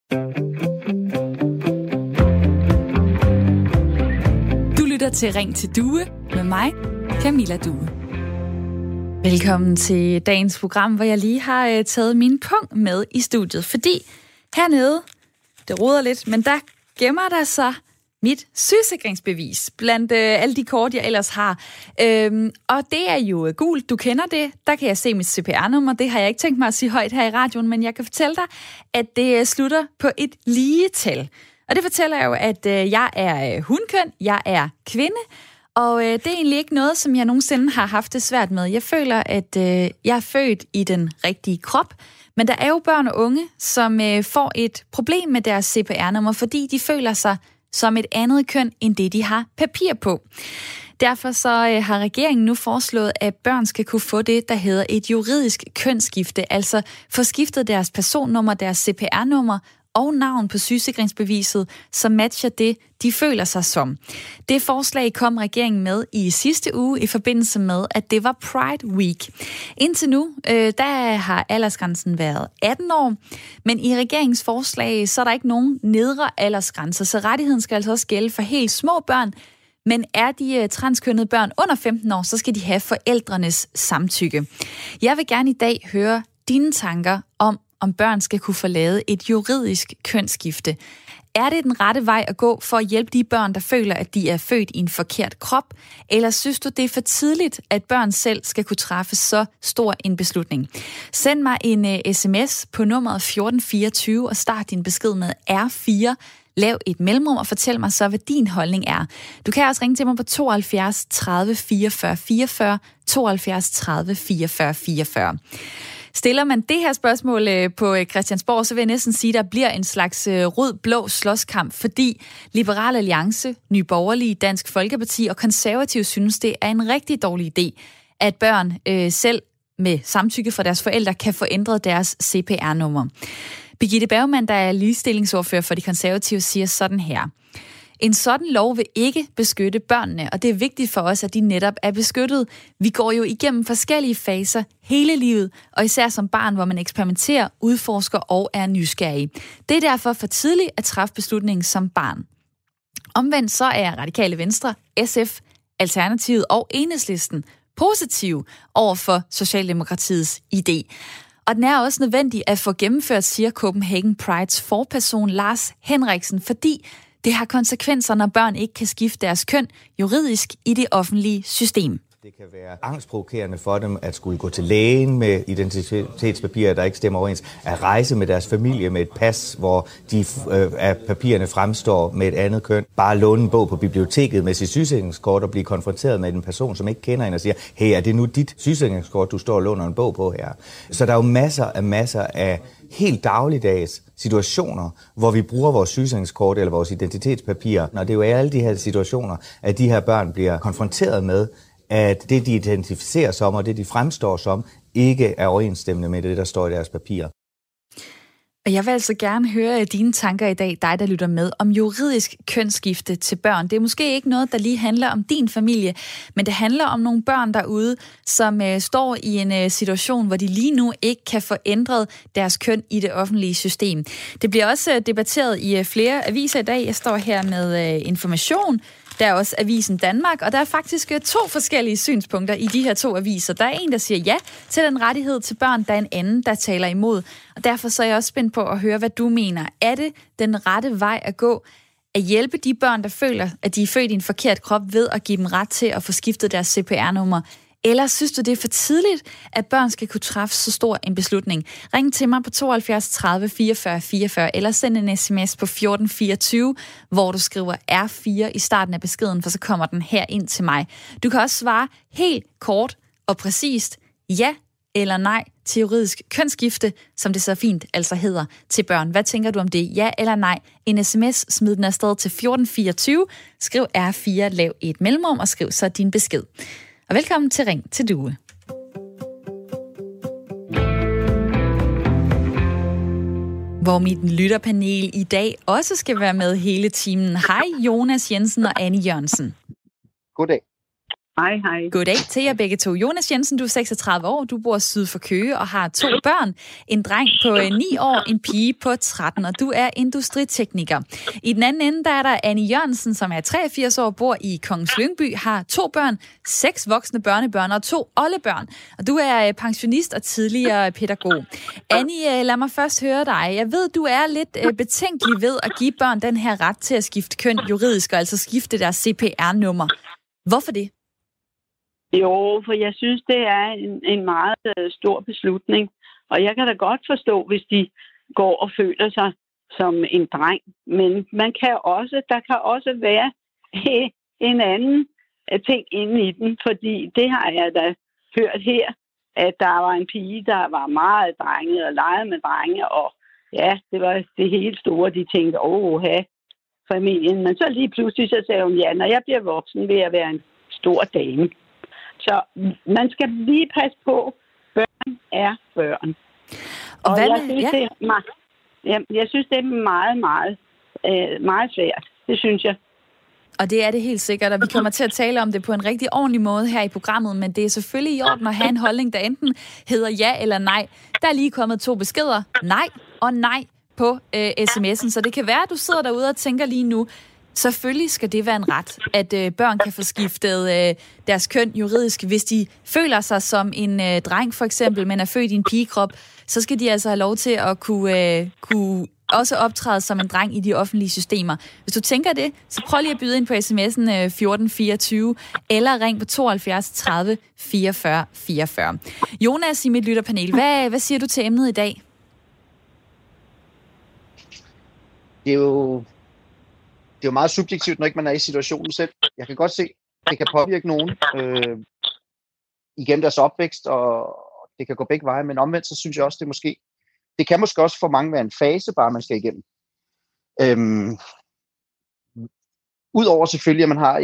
Du lytter til Ring til Due med mig, Camilla Due. Velkommen til dagens program, hvor jeg lige har taget min punkt med i studiet. Fordi hernede, det roder lidt, men der gemmer der sig mit sygesikringsbevis blandt alle de kort, jeg ellers har. Og det er jo gult, du kender det. Der kan jeg se mit CPR-nummer. Det har jeg ikke tænkt mig at sige højt her i radioen, men jeg kan fortælle dig, at det slutter på et ligetal. Og det fortæller jo, at jeg er hunkøn, jeg er kvinde, og det er egentlig ikke noget, som jeg nogensinde har haft det svært med. Jeg føler, at jeg er født i den rigtige krop, men der er jo børn og unge, som får et problem med deres CPR-nummer, fordi de føler sig som et andet køn, end det de har papir på. Derfor så har regeringen nu foreslået, at børn skal kunne få det, der hedder et juridisk kønsskifte, altså få skiftet deres personnummer, deres CPR-nummer og navn på sygesikringsbeviset, som matcher det, de føler sig som. Det forslag kom regeringen med i sidste uge i forbindelse med, at det var Pride Week. Indtil nu, der har aldersgrænsen været 18 år, men i regeringens forslag, så er der ikke nogen nedre aldersgrænser, så rettigheden skal altså også gælde for helt små børn, men er de transkønnede børn under 15 år, så skal de have forældrenes samtykke. Jeg vil gerne i dag høre dine tanker om børn skal kunne få lavet et juridisk kønsskifte. Er det den rette vej at gå for at hjælpe de børn, der føler, at de er født i en forkert krop? Eller synes du, det er for tidligt, at børn selv skal kunne træffe så stor en beslutning? Send mig en sms på nummeret 1424 og start din besked med R4. Lav et mellemrum og fortæl mig så, hvad din holdning er. Du kan også ringe til mig på 72 30 44 44, 72 30 44 44. Stiller man det her spørgsmål på Christiansborg, så vil jeg næsten sige, at der bliver en slags rød-blå slåskamp, fordi Liberal Alliance, Nye Borgerlige, Dansk Folkeparti og Konservative synes, det er en rigtig dårlig idé, at børn selv med samtykke fra deres forældre kan få ændret deres CPR-nummer. Birgitte Bergman, der er ligestillingsordfører for de konservative, siger sådan her. En sådan lov vil ikke beskytte børnene, og det er vigtigt for os, at de netop er beskyttet. Vi går jo igennem forskellige faser hele livet, og især som barn, hvor man eksperimenterer, udforsker og er nysgerrig. Det er derfor for tidligt at træffe beslutningen som barn. Omvendt så er Radikale Venstre, SF, Alternativet og Enhedslisten positive over for Socialdemokratiets idé. Og den er også nødvendig at få gennemført, siger Copenhagen Prides forperson Lars Henriksen, fordi det har konsekvenser, når børn ikke kan skifte deres køn juridisk i det offentlige system. Det kan være angstprovokerende for dem at skulle gå til lægen med identitetspapirer, der ikke stemmer overens, at rejse med deres familie med et pas, hvor papirerne fremstår med et andet køn. Bare låne en bog på biblioteket med sit sygesikringskort og blive konfronteret med en person, som ikke kender en og siger, hey, er det nu dit sygesikringskort, du står og låner en bog på her? Så der er jo masser af helt dagligdags situationer, hvor vi bruger vores sygesikringskort eller vores identitetspapirer. Og det er jo alle de her situationer, at de her børn bliver konfronteret med, at det, de identificerer som, og det, de fremstår som, ikke er overensstemmende med det, der står i deres papirer. Og jeg vil altså gerne høre dine tanker i dag, dig der lytter med, om juridisk kønsskifte til børn. Det er måske ikke noget, der lige handler om din familie, men det handler om nogle børn derude, som står i en situation, hvor de lige nu ikke kan få ændret deres køn i det offentlige system. Det bliver også debatteret i flere aviser i dag. Jeg står her med Information. Der er også Avisen Danmark, og der er faktisk 2 forskellige synspunkter i de her 2 aviser. Der er en, der siger ja til den rettighed til børn, der er en anden, der taler imod. Og derfor så er jeg også spændt på at høre, hvad du mener. Er det den rette vej at gå at hjælpe de børn, der føler, at de er født i en forkert krop, ved at give dem ret til at få skiftet deres CPR-nummer? Eller synes du, det er for tidligt, at børn skal kunne træffe så stor en beslutning? Ring til mig på 72 30 44 44, eller send en sms på 1424, hvor du skriver R4 i starten af beskeden, for så kommer den her ind til mig. Du kan også svare helt kort og præcist ja eller nej til juridisk kønsskifte, som det så fint altså hedder, til børn. Hvad tænker du om det? Ja eller nej? En sms, smid den afsted til 1424, skriv R4, lav et mellemrum og skriv så din besked. Og velkommen til Ring til Due. Hvor mit lytterpanel i dag også skal være med hele timen. Hej Jonas Jensen og Annie Jørgensen. Goddag. Hej, hej. Goddag til jer begge to. Jonas Jensen, du er 36 år, du bor syd for Køge og har 2 børn. En dreng på 9 år, en pige på 13, og du er industritekniker. I den anden ende, der er der Annie Jørgensen, som er 83 år, bor i Kongens Lyngby, har 2 børn, 6 voksne børnebørn og 2 oldebørn. Og du er pensionist og tidligere pædagog. Annie, lad mig først høre dig. Jeg ved, du er lidt betænkelig ved at give børn den her ret til at skifte køn juridisk, og altså skifte deres CPR-nummer. Hvorfor det? Jo, for jeg synes, det er en meget stor beslutning. Og jeg kan da godt forstå, hvis de går og føler sig som en dreng. Men der kan også være en anden ting inde i den. Fordi det har jeg da hørt her, at der var en pige, der var meget drenget og legede med drenge. Og ja, det var det helt store. De tænkte, familien. Men så lige pludselig så sagde hun, ja, når jeg bliver voksen, vil jeg være en stor dame. Så man skal lige passe på, børn er børn. Og jeg synes, det er meget, meget, meget svært. Det synes jeg. Og det er det helt sikkert, og vi kommer til at tale om det på en rigtig ordentlig måde her i programmet, men det er selvfølgelig i orden at have en holdning, der enten hedder ja eller nej. Der er lige kommet 2 beskeder, nej og nej på sms'en, så det kan være, at du sidder derude og tænker lige nu, selvfølgelig skal det være en ret, at børn kan få skiftet deres køn juridisk. Hvis de føler sig som en dreng for eksempel, men er født i en pigekrop, så skal de altså have lov til at kunne også optræde som en dreng i de offentlige systemer. Hvis du tænker det, så prøv lige at byde ind på sms'en 1424, eller ring på 72 30 44 44. Jonas i mit lytterpanel, hvad siger du til emnet i dag? Det er jo meget subjektivt, når ikke man er i situationen selv. Jeg kan godt se, at det kan påvirke nogen igennem deres opvækst, og det kan gå begge veje, men omvendt så synes jeg også, det kan måske også for mange være en fase, bare man skal igennem. Udover selvfølgelig, at man har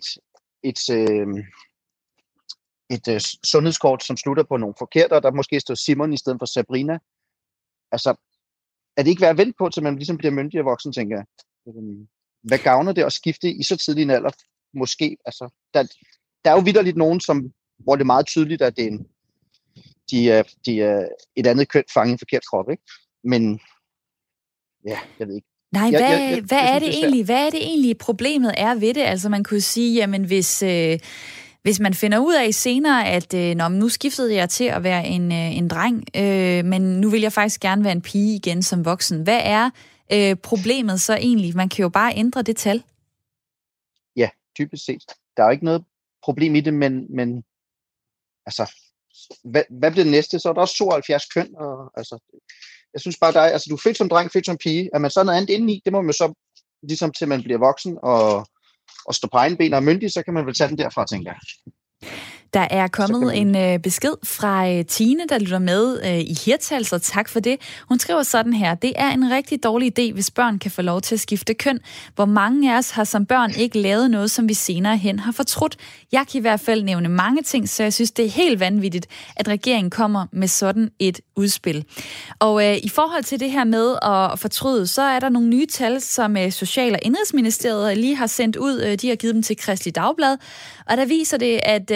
et sundhedskort, som slutter på nogle forkerte, og der måske står Simon i stedet for Sabrina. Altså, er det ikke værd at vente på, til man ligesom bliver myndig og voksen, tænker jeg? Hvad gavner det at skifte i så tidlig en alder? Måske. Altså, der er jo vitterligt nogen, hvor det er meget tydeligt, at det er de er et andet køn fanget i en forkert krop, ikke? Men ja, jeg ved ikke. Nej, hvad er det egentlig problemet er ved det? Altså man kunne sige, jamen hvis man finder ud af senere, at nu skiftede jeg til at være en dreng, men nu vil jeg faktisk gerne være en pige igen som voksen. Hvad er problemet så egentlig? Man kan jo bare ændre det tal. Ja, typisk set. Der er jo ikke noget problem i det, men altså, hvad bliver det næste? Så er der også 72 køn, og altså, jeg synes bare, du er født som dreng, født som pige, at man så er noget andet indeni, det må man så, ligesom til man bliver voksen og står på egen ben og er myndig, så kan man vel tage den derfra, tænker jeg. Der er kommet en besked fra Tine, der lytter med i Hirtshals, og tak for det. Hun skriver sådan her: det er en rigtig dårlig idé, hvis børn kan få lov til at skifte køn. Hvor mange af os har som børn ikke lavet noget, som vi senere hen har fortrudt. Jeg kan i hvert fald nævne mange ting, så jeg synes, det er helt vanvittigt, at regeringen kommer med sådan et udspil. Og i forhold til det her med at fortryde, så er der nogle nye tal, som Social- og Indenrigsministeriet lige har sendt ud. De har givet dem til Kristeligt Dagblad, og der viser det, at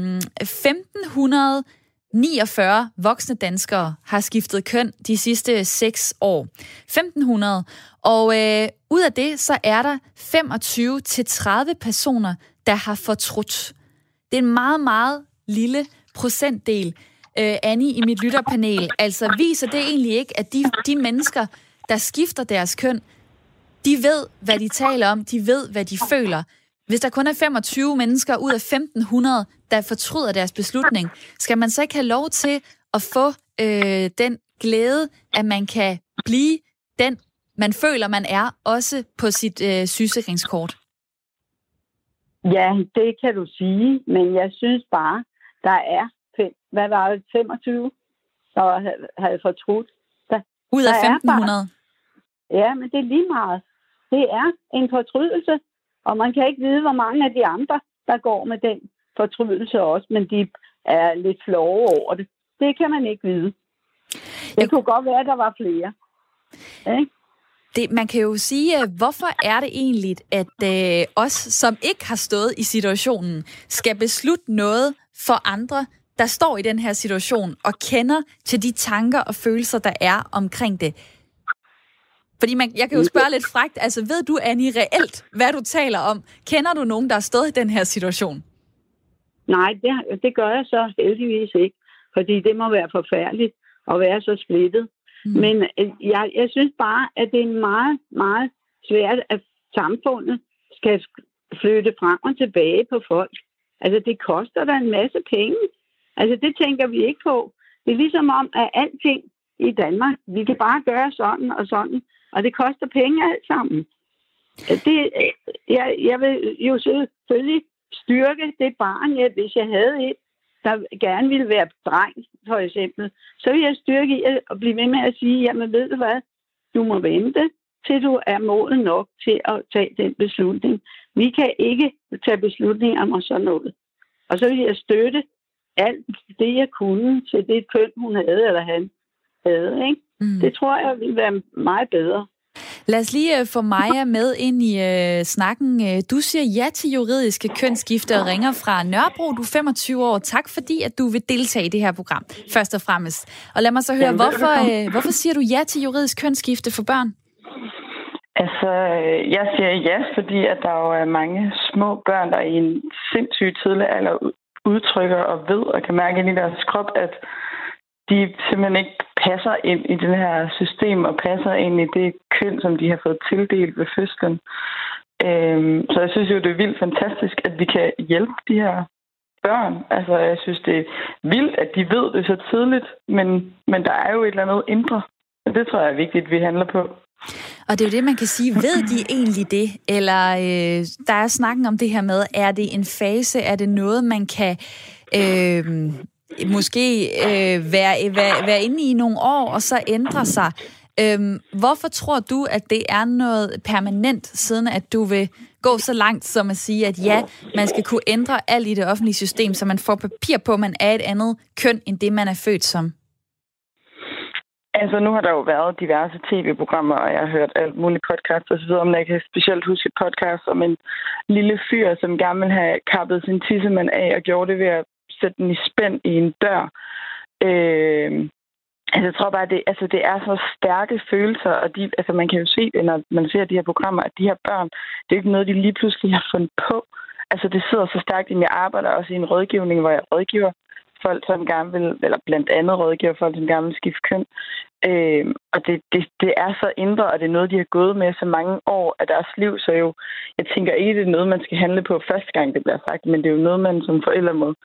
1549 voksne danskere har skiftet køn de sidste 6 år. 1500. Og ud af det, så er der 25-30 personer, der har fortrudt. Det er en meget, meget lille procentdel. Annie i mit lytterpanel, altså viser det egentlig ikke, at de mennesker, der skifter deres køn, de ved, hvad de taler om, de ved, hvad de føler. Hvis der kun er 25 mennesker ud af 1500, der fortryder deres beslutning, skal man så ikke have lov til at få den glæde, at man kan blive den, man føler, man er, også på sit sygesikringskort? Ja, det kan du sige, men jeg synes bare, der er 25, der havde fortrudt. Ud af 1500? Ja, men det er lige meget. Det er en fortrydelse. Og man kan ikke vide, hvor mange af de andre, der går med den fortrydelse også, men de er lidt flove over det. Det kan man ikke vide. Det kunne godt være, at der var flere. Ikke? Man kan jo sige, hvorfor er det egentlig, at os, som ikke har stået i situationen, skal beslutte noget for andre, der står i den her situation og kender til de tanker og følelser, der er omkring det. Fordi jeg kan jo spørge lidt frækt, altså ved du, Annie, reelt, hvad du taler om? Kender du nogen, der har stået i den her situation? Nej, det gør jeg så heldigvis ikke, fordi det må være forfærdeligt at være så splittet. Men jeg synes bare, at det er meget, meget svært, at samfundet skal flytte frem og tilbage på folk. Altså, det koster da en masse penge. Altså, det tænker vi ikke på. Det er ligesom om, at alting i Danmark, vi kan bare gøre sådan og sådan, og det koster penge alt sammen. Jeg vil jo selvfølgelig styrke det barn, hvis jeg havde et, der gerne ville være dreng, for eksempel, så vil jeg styrke i at blive ved med at sige, jamen ved du hvad, du må vente, til du er moden nok til at tage den beslutning. Vi kan ikke tage beslutninger om sådan noget. Og så vil jeg støtte alt det, jeg kunne til det køn, hun havde, eller han havde. Ikke? Det tror jeg vil være meget bedre. Lad os lige få Maja med ind i snakken. Du siger ja til juridiske kønsskifte og ringer fra Nørrebro. Du er 25 år. Tak fordi, at du vil deltage i det her program, først og fremmest. Og lad mig så høre, hvorfor siger du ja til juridisk kønsskifte for børn? Altså, jeg siger ja, fordi at der jo er mange små børn, der i en sindssygt tidlig alder udtrykker og ved og kan mærke ind i deres krop, at de simpelthen ikke passer ind i det her system og passer ind i det køn, som de har fået tildelt ved fødslen. Så jeg synes jo, det er vildt fantastisk, at vi kan hjælpe de her børn. Altså, jeg synes, det er vildt, at de ved det så tidligt, men der er jo et eller andet indre. Og det tror jeg er vigtigt, at vi handler på. Og det er jo det, man kan sige. Ved de egentlig det? Eller der er snakken om det her med, er det en fase? Er det noget, man kan måske være inde i nogle år, og så ændre sig? Hvorfor tror du, at det er noget permanent, siden at du vil gå så langt som at sige, at ja, man skal kunne ændre alt i det offentlige system, så man får papir på, at man er et andet køn, end det, man er født som? Altså, nu har der jo været diverse tv-programmer, og jeg har hørt alt muligt podcast og så videre, men jeg kan specielt huske et podcast om en lille fyr, som gerne ville have kappet sin tissemand af og gjorde det ved at sætte den i spænd i en dør. Altså, jeg tror bare, det er så stærke følelser, og man kan jo se det, når man ser de her programmer, at de her børn, det er ikke noget, de lige pludselig har fundet på. Altså, det sidder så stærkt i min arbejde, også i en rådgivning, hvor jeg rådgiver folk, som gerne vil, eller blandt andet rådgiver folk, som gerne vil skifte køn. Og det er så indre, og det er noget, de har gået med så mange år af deres liv, så jo, jeg tænker ikke, det er noget, man skal handle på første gang, det bliver sagt, men det er jo noget, man som forældre må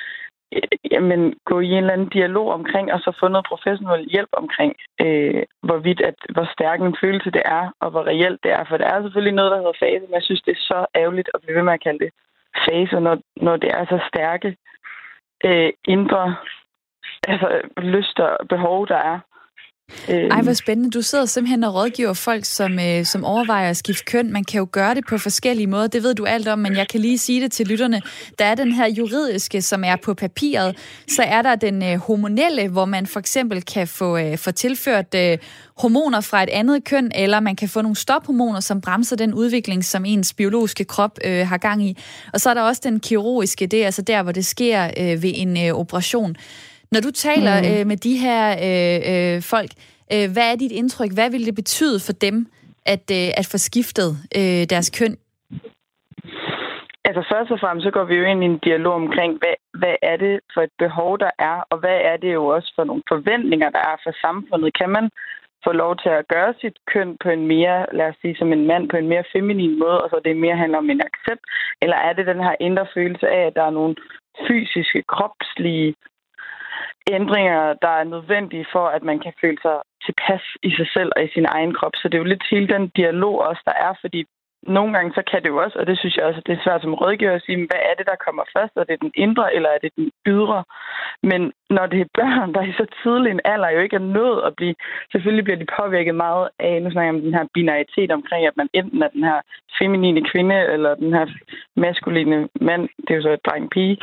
gå i en eller anden dialog omkring, og så få noget professionel hjælp omkring, hvor stærk en følelse det er, og hvor reelt det er. For det er selvfølgelig noget, der hedder fase, men jeg synes, det er så ærgerligt at blive ved med at kalde det fase, når det er så stærke indre lyster og behov, der er. Ej, hvor spændende. Du sidder simpelthen og rådgiver folk, som overvejer at skifte køn. Man kan jo gøre det på forskellige måder. Det ved du alt om, men jeg kan lige sige det til lytterne. Der er den her juridiske, som er på papiret. Så er der den hormonelle, hvor man for eksempel kan få tilført hormoner fra et andet køn, eller man kan få nogle stophormoner, som bremser den udvikling, som ens biologiske krop har gang i. Og så er der også den kirurgiske, det er altså der, hvor det sker ved en operation. Når du taler med de her folk, hvad er dit indtryk? Hvad vil det betyde for dem, at få skiftet deres køn? Altså først og fremmest, så går vi jo ind i en dialog omkring, hvad er det for et behov, der er, og hvad er det jo også for nogle forventninger, der er for samfundet. Kan man få lov til at gøre sit køn på en mere, lad os sige, som en mand, på en mere feminin måde, og så det mere handler om en accept? Eller er det den her indre følelse af, at der er nogle fysiske, kropslige ændringer, der er nødvendige for, at man kan føle sig tilpas i sig selv og i sin egen krop. Så det er jo lidt hele den dialog også, der er, fordi nogle gange så kan det jo også, og det synes jeg også, at det er svært som rådgiver at sige, hvad er det, der kommer først? Er det den indre, eller er det den ydre? Men når det er børn, der i så tidlig en alder jo ikke er nået at blive, selvfølgelig bliver de påvirket meget af, nu snakker jeg om den her binaritet omkring, at man enten er den her feminine kvinde, eller den her maskuline mand, det er jo så et dreng-pige.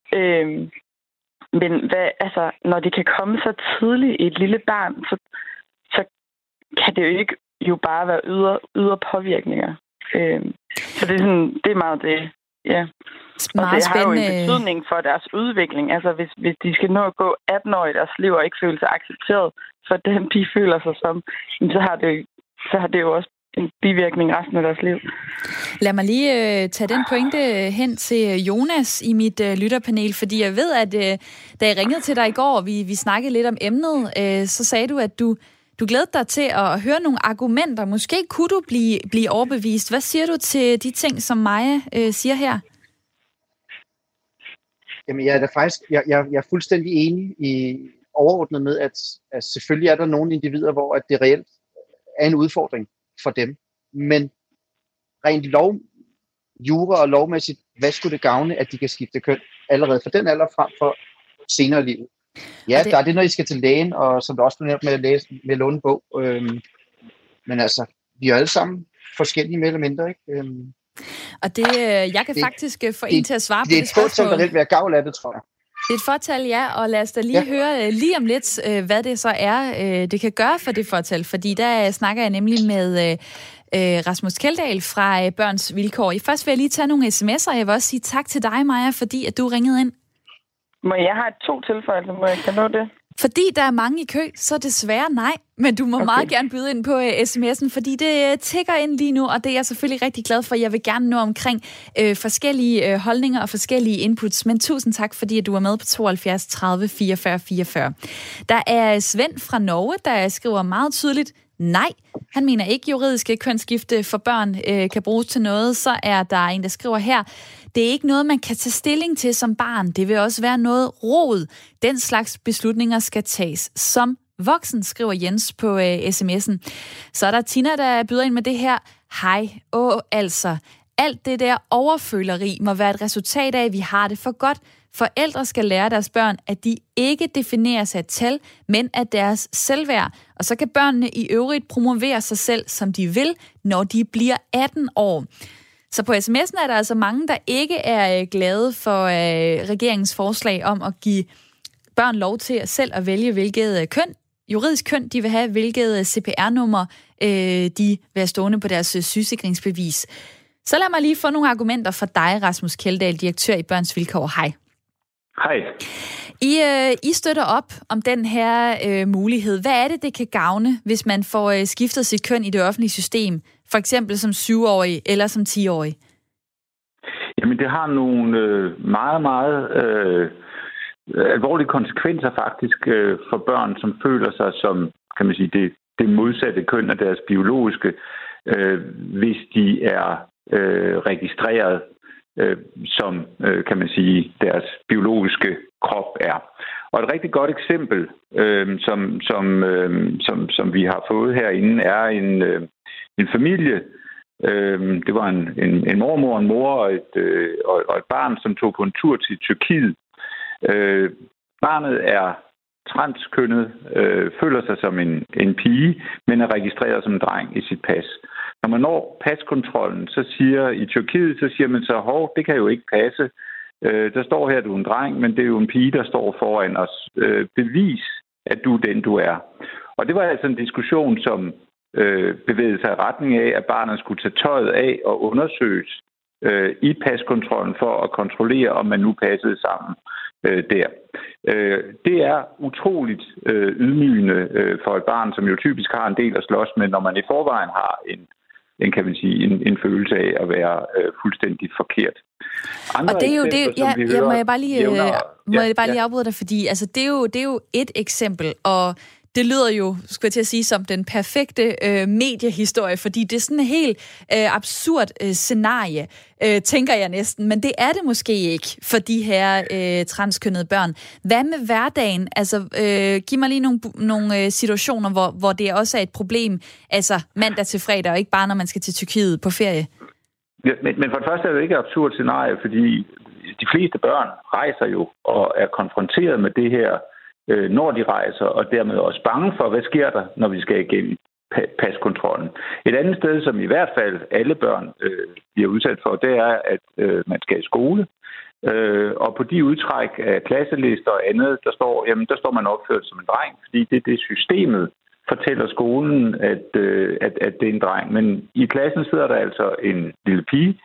Men når det kan komme så tidligt i et lille barn, så kan det jo ikke jo bare være ydre påvirkninger. Så det er meget det. Ja. Og det har jo en betydning for deres udvikling. Altså, hvis de skal nå at gå 18 år i deres liv og ikke føle sig accepteret for dem, de føler sig som, så har det jo også en bivirkning resten af deres liv. Lad mig lige tage den pointe hen til Jonas i mit lytterpanel, fordi jeg ved, at da jeg ringede til dig i går, vi snakkede lidt om emnet, så sagde du, at du glædede dig til at høre nogle argumenter. Måske kunne du blive overbevist. Hvad siger du til de ting, som Maja siger her? Jamen, jeg er fuldstændig enig i overordnet med, at selvfølgelig er der nogle individer, hvor at det reelt er en udfordring for dem. Men rent jura og lovmæssigt, hvad skulle det gavne, at de kan skifte køn allerede for den alder frem for senere i livet? Ja, der er det, når I skal til lægen, og som du også blev nævnt med at læse med låne bog. Men altså, vi er alle sammen forskellige mere eller mindre, ikke? Og jeg kan faktisk få en til at svare på det spørgsmål. Det er et fåtal, der vil være gavl af det, tror jeg. Det er et fortal, ja, og lad os da lige høre lige om lidt, hvad det så er, det kan gøre for det fortal, fordi der snakker jeg nemlig med Rasmus Kjeldahl fra Børns Vilkår. Først vil jeg lige tage nogle sms'er, og jeg vil også sige tak til dig, Maja, fordi at du ringede ind. Jeg har 2 tilføjelser, må jeg kan nå det? Fordi der er mange i kø, så desværre nej. Men du må meget gerne byde ind på sms'en, fordi det tikker ind lige nu, og det er jeg selvfølgelig rigtig glad for. Jeg vil gerne nå omkring forskellige holdninger og forskellige inputs. Men tusind tak, fordi du var med på 72 30 44 44. Der er Svend fra Norge, der skriver meget tydeligt, nej, han mener ikke, juridiske kønsskifte for børn kan bruges til noget. Så er der en, der skriver her, det er ikke noget, man kan tage stilling til som barn. Det vil også være noget rod. Den slags beslutninger skal tages som voksen, skriver Jens på sms'en. Så er der Tina, der byder ind med det her. Hej, altså. Alt det der overføleri må være et resultat af, at vi har det for godt. Forældre skal lære deres børn, at de ikke defineres af et tal, men af deres selvværd. Og så kan børnene i øvrigt promovere sig selv, som de vil, når de bliver 18 år. Så på sms'en er der altså mange, der ikke er glade for regeringens forslag om at give børn lov til selv at vælge, hvilket juridisk køn de vil have, hvilket CPR-nummer de vil have stående på deres sygesikringsbevis. Så lad mig lige få nogle argumenter fra dig, Rasmus Kjeldahl, direktør i Børns Vilkår. Hej. Hej. I støtter op om den her mulighed. Hvad er det kan gavne, hvis man får skiftet sit køn i det offentlige system? For eksempel som 7-årig eller som 10-årig? Jamen, det har nogle meget, meget alvorlige konsekvenser faktisk for børn, som føler sig som, kan man sige, det modsatte køn af deres biologiske, hvis de er registreret som, kan man sige, deres biologiske krop er. Og et rigtig godt eksempel, som vi har fået herinde, er en familie. Det var en mormor, en mor og et barn, som tog på en tur til Tyrkiet. Barnet er transkønnet, føler sig som en pige, men er registreret som en dreng i sit pas. Når man når paskontrollen, så i Tyrkiet, så siger man så, det kan jo ikke passe. Der står her, at du er en dreng, men det er jo en pige, der står foran os. Bevis, at du er den, du er. Og det var altså en diskussion, som bevægede sig i retning af, at barnet skulle tage tøjet af og undersøges i paskontrollen for at kontrollere, om man nu passede sammen der. Det er utroligt ydmygende for et barn, som jo typisk har en del at slås med, når man i forvejen har kan man sige, en følelse af at være fuldstændig forkert. Og det er jo det, må jeg bare lige afbryde dig, fordi altså, det er jo et eksempel, og det lyder jo, skulle jeg til at sige, som den perfekte mediehistorie, fordi det er sådan en helt absurd scenarie, tænker jeg næsten, men det er det måske ikke for de her transkønnede børn. Hvad med hverdagen? Altså, giv mig lige nogle situationer, hvor det også er et problem, altså mandag til fredag, og ikke bare når man skal til Tyrkiet på ferie. Ja, men for det første er det ikke et absurd scenarie, fordi de fleste børn rejser jo og er konfronteret med det her, når de rejser, og dermed også bange for, hvad sker der, når vi skal igennem paskontrollen. Et andet sted, som i hvert fald alle børn bliver udsat for, det er, at man skal i skole. Og på de udtræk af klasselister og andet, der står man opført som en dreng, fordi det er det systemet fortæller skolen, at det er en dreng. Men i klassen sidder der altså en lille pige,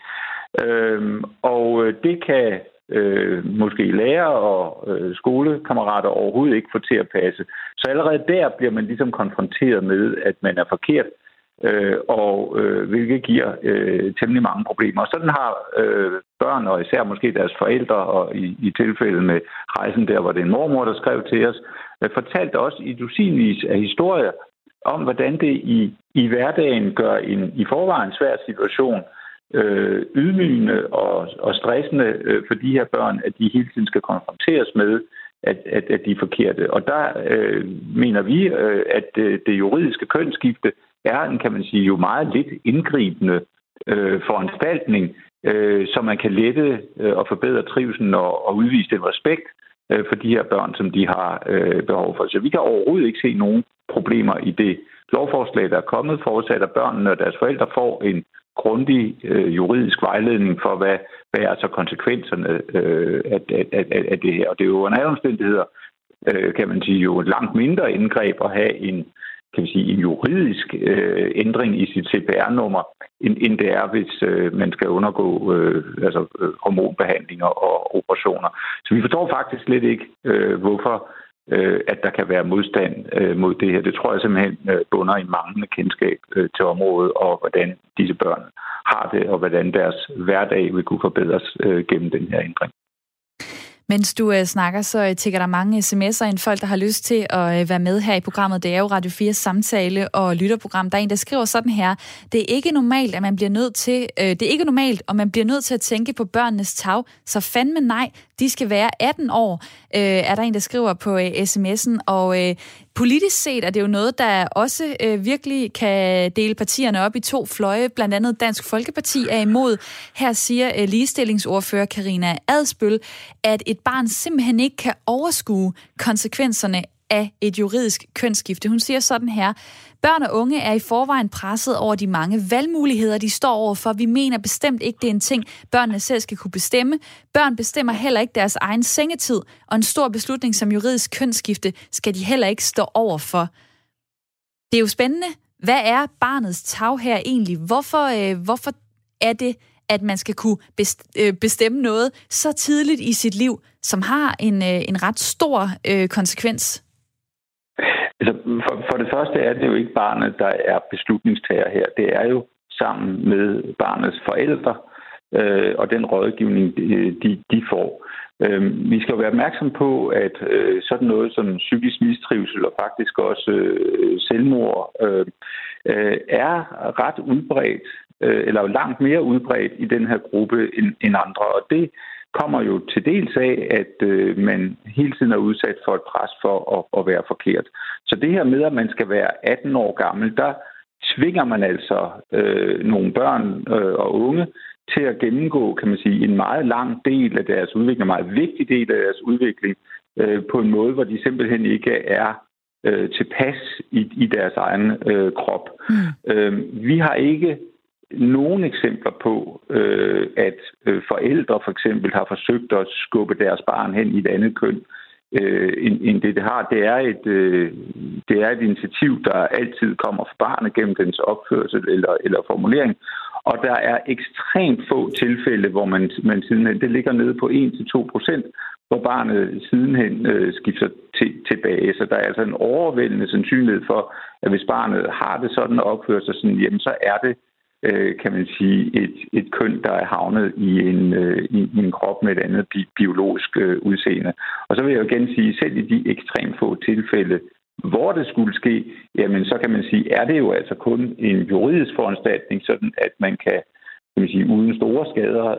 og det kan måske lærer og skolekammerater overhovedet ikke få til at passe. Så allerede der bliver man ligesom konfronteret med, at man er forkert, hvilket giver temmelig mange problemer. Og sådan har børn, og især måske deres forældre, og i tilfælde med rejsen der, hvor det er en mormor, der skrev til os, fortalt os i dusinvis af historier om, hvordan det i hverdagen gør en i forvejen svær situation ydmygende og stressende for de her børn, at de hele tiden skal konfronteres med, at de er forkerte. Og der mener vi, at det juridiske kønsskifte er en, kan man sige, jo meget lidt indgribende foranstaltning, så man kan lette og forbedre trivslen og udvise den respekt for de her børn, som de har behov for. Så vi kan overhovedet ikke se nogen problemer i det lovforslag, der er kommet, forudsat at børnene og deres forældre får en grundig juridisk vejledning for, hvad er så konsekvenserne af det her. Og det er jo under alle omstændigheder, kan man sige, jo et langt mindre indgreb at have en juridisk ændring i sit CPR-nummer, end det er, hvis man skal undergå hormonbehandlinger og operationer. Så vi forstår faktisk slet ikke, hvorfor at der kan være modstand mod det her. Det tror jeg simpelthen bunder i manglende kendskab til området, og hvordan disse børn har det, og hvordan deres hverdag vil kunne forbedres gennem den her ændring. Mens du snakker, så tikker der mange sms'er ind, folk, der har lyst til at være med her i programmet. Det er jo Radio 4's samtale- og lytterprogram. Der er en, der skriver sådan her: Det er ikke normalt, at man bliver nødt til, og man bliver nødt til at tænke på børnenes tag. Så fandme nej, de skal være 18 år, er der en, der skriver på sms'en. Og politisk set er det jo noget, der også virkelig kan dele partierne op i to fløje. Blandt andet Dansk Folkeparti er imod. Her siger ligestillingsordfører Karina Adsbøl, at et barn simpelthen ikke kan overskue konsekvenserne af et juridisk kønsskifte. Hun siger sådan her: Børn og unge er i forvejen presset over de mange valgmuligheder, de står overfor. Vi mener bestemt ikke, det er en ting, børnene selv skal kunne bestemme. Børn bestemmer heller ikke deres egen sengetid, og en stor beslutning som juridisk kønsskifte skal de heller ikke stå overfor. Det er jo spændende. Hvad er barnets tag her egentlig? Hvorfor er det, at man skal kunne bestemme noget så tidligt i sit liv, som har en ret stor konsekvens? Altså, for det første er det jo ikke barnet, der er beslutningstager her. Det er jo sammen med barnets forældre og den rådgivning, de får. Vi skal jo være opmærksom på, at sådan noget som psykisk mistrivsel og faktisk også selvmord er ret udbredt, eller langt mere udbredt i den her gruppe end andre. Og det kommer jo til dels af, at man hele tiden er udsat for et pres for at være forkert. Så det her med, at man skal være 18 år gammel, der tvinger man altså nogle børn og unge til at gennemgå, kan man sige, en meget lang del af deres udvikling, en meget vigtig del af deres udvikling, på en måde, hvor de simpelthen ikke er tilpas i deres egen krop. Vi har ikke nogle eksempler på, at forældre for eksempel har forsøgt at skubbe deres barn hen i et andet køn, end det har. Det er et initiativ, der altid kommer fra barnet gennem dens opførsel eller formulering. Og der er ekstremt få tilfælde, hvor man sidenhen, det ligger nede på 1-2%, hvor barnet sidenhen skifter tilbage. Så der er altså en overvældende sandsynlighed for, at hvis barnet har det sådan og opfører sig sådan, jamen så er det, kan man sige, et køn, der er havnet i en krop med et andet biologisk udseende. Og så vil jeg jo igen sige, selv i de ekstremt få tilfælde, hvor det skulle ske, jamen så kan man sige, er det jo altså kun en juridisk foranstaltning, sådan at man kan sige, uden store skader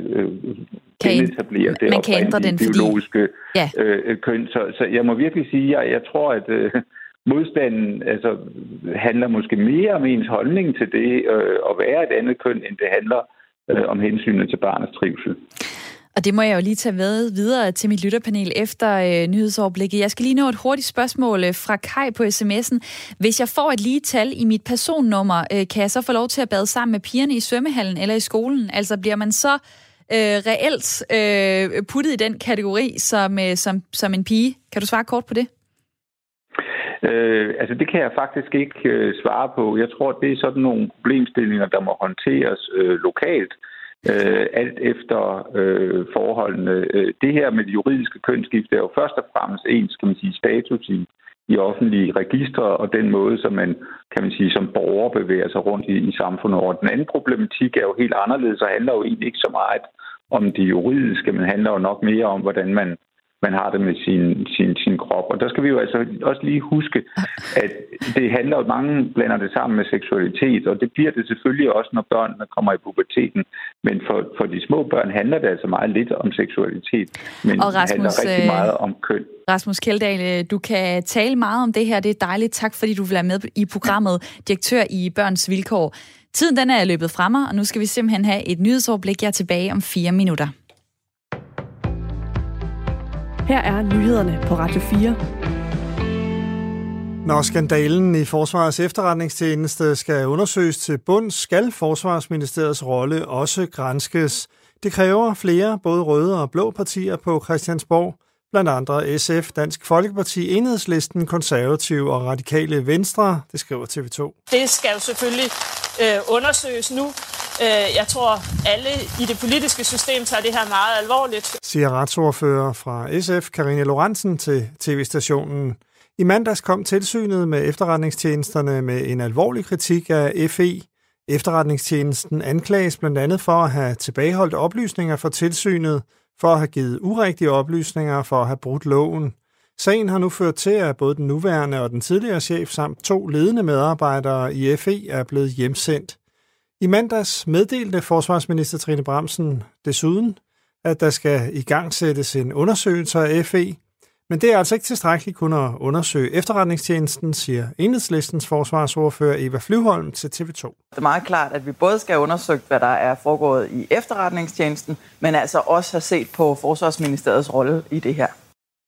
genetablere det oprindelige biologiske køn. Så jeg må virkelig sige, at jeg tror, at modstanden handler måske mere om ens holdning til det at være et andet køn, end det handler om hensynet til barnets trivsel. Og det må jeg jo lige tage videre til mit lytterpanel efter nyhedsoverblikket. Jeg skal lige nå et hurtigt spørgsmål fra Kai på sms'en. Hvis jeg får et lige tal i mit personnummer, kan jeg så få lov til at bade sammen med pigerne i svømmehallen eller i skolen? Altså bliver man så reelt puttet i den kategori som en pige? Kan du svare kort på det? Det kan jeg faktisk ikke svare på. Jeg tror, det er sådan nogle problemstillinger, der må håndteres lokalt, alt efter forholdene. Det her med det juridiske kønsskifte er jo først og fremmest status i offentlige registre, og den måde, som man, som borger bevæger sig rundt i samfundet. Og den anden problematik er jo helt anderledes, og handler jo egentlig ikke så meget om det juridiske, men handler jo nok mere om, hvordan man har det med sin krop. Og der skal vi jo altså også lige huske, at det handler jo, mange blander det sammen med seksualitet, og det bliver det selvfølgelig også, når børnene kommer i puberteten. Men for de små børn handler det altså meget lidt om seksualitet, men det handler rigtig meget om køn. Rasmus Kjeldahl, du kan tale meget om det her. Det er dejligt. Tak, fordi du vil være med i programmet, direktør i Børns Vilkår. Tiden den er løbet fra mig, og nu skal vi simpelthen have et nyhedsoverblik. Jeg er tilbage om 4 minutter. Her er nyhederne på Radio 4. Når skandalen i Forsvarets efterretningstjeneste skal undersøges til bunds, skal Forsvarsministeriets rolle også granskes. Det kræver flere, både røde og blå partier på Christiansborg, blandt andre SF, Dansk Folkeparti, Enhedslisten, Konservative og Radikale Venstre, det skriver TV2. Det skal jo selvfølgelig undersøges nu. Jeg tror, alle i det politiske system tager det her meget alvorligt, siger retsordfører fra SF, Karina Lorentzen, til TV-stationen. I mandags kom tilsynet med efterretningstjenesterne med en alvorlig kritik af FE. Efterretningstjenesten anklages blandt andet for at have tilbageholdt oplysninger fra tilsynet, for at have givet urigtige oplysninger, for at have brudt loven. Sagen har nu ført til, at både den nuværende og den tidligere chef samt 2 ledende medarbejdere i FE er blevet hjemsendt. I mandags meddelte forsvarsminister Trine Bramsen desuden, at der skal igangsættes en undersøgelse af FE. Men det er altså ikke tilstrækkeligt kun at undersøge efterretningstjenesten, siger Enhedslistens forsvarsordfører Eva Flyvholm til TV2. Det er meget klart, at vi både skal have undersøgt, hvad der er foregået i efterretningstjenesten, men altså også have set på Forsvarsministeriets rolle i det her.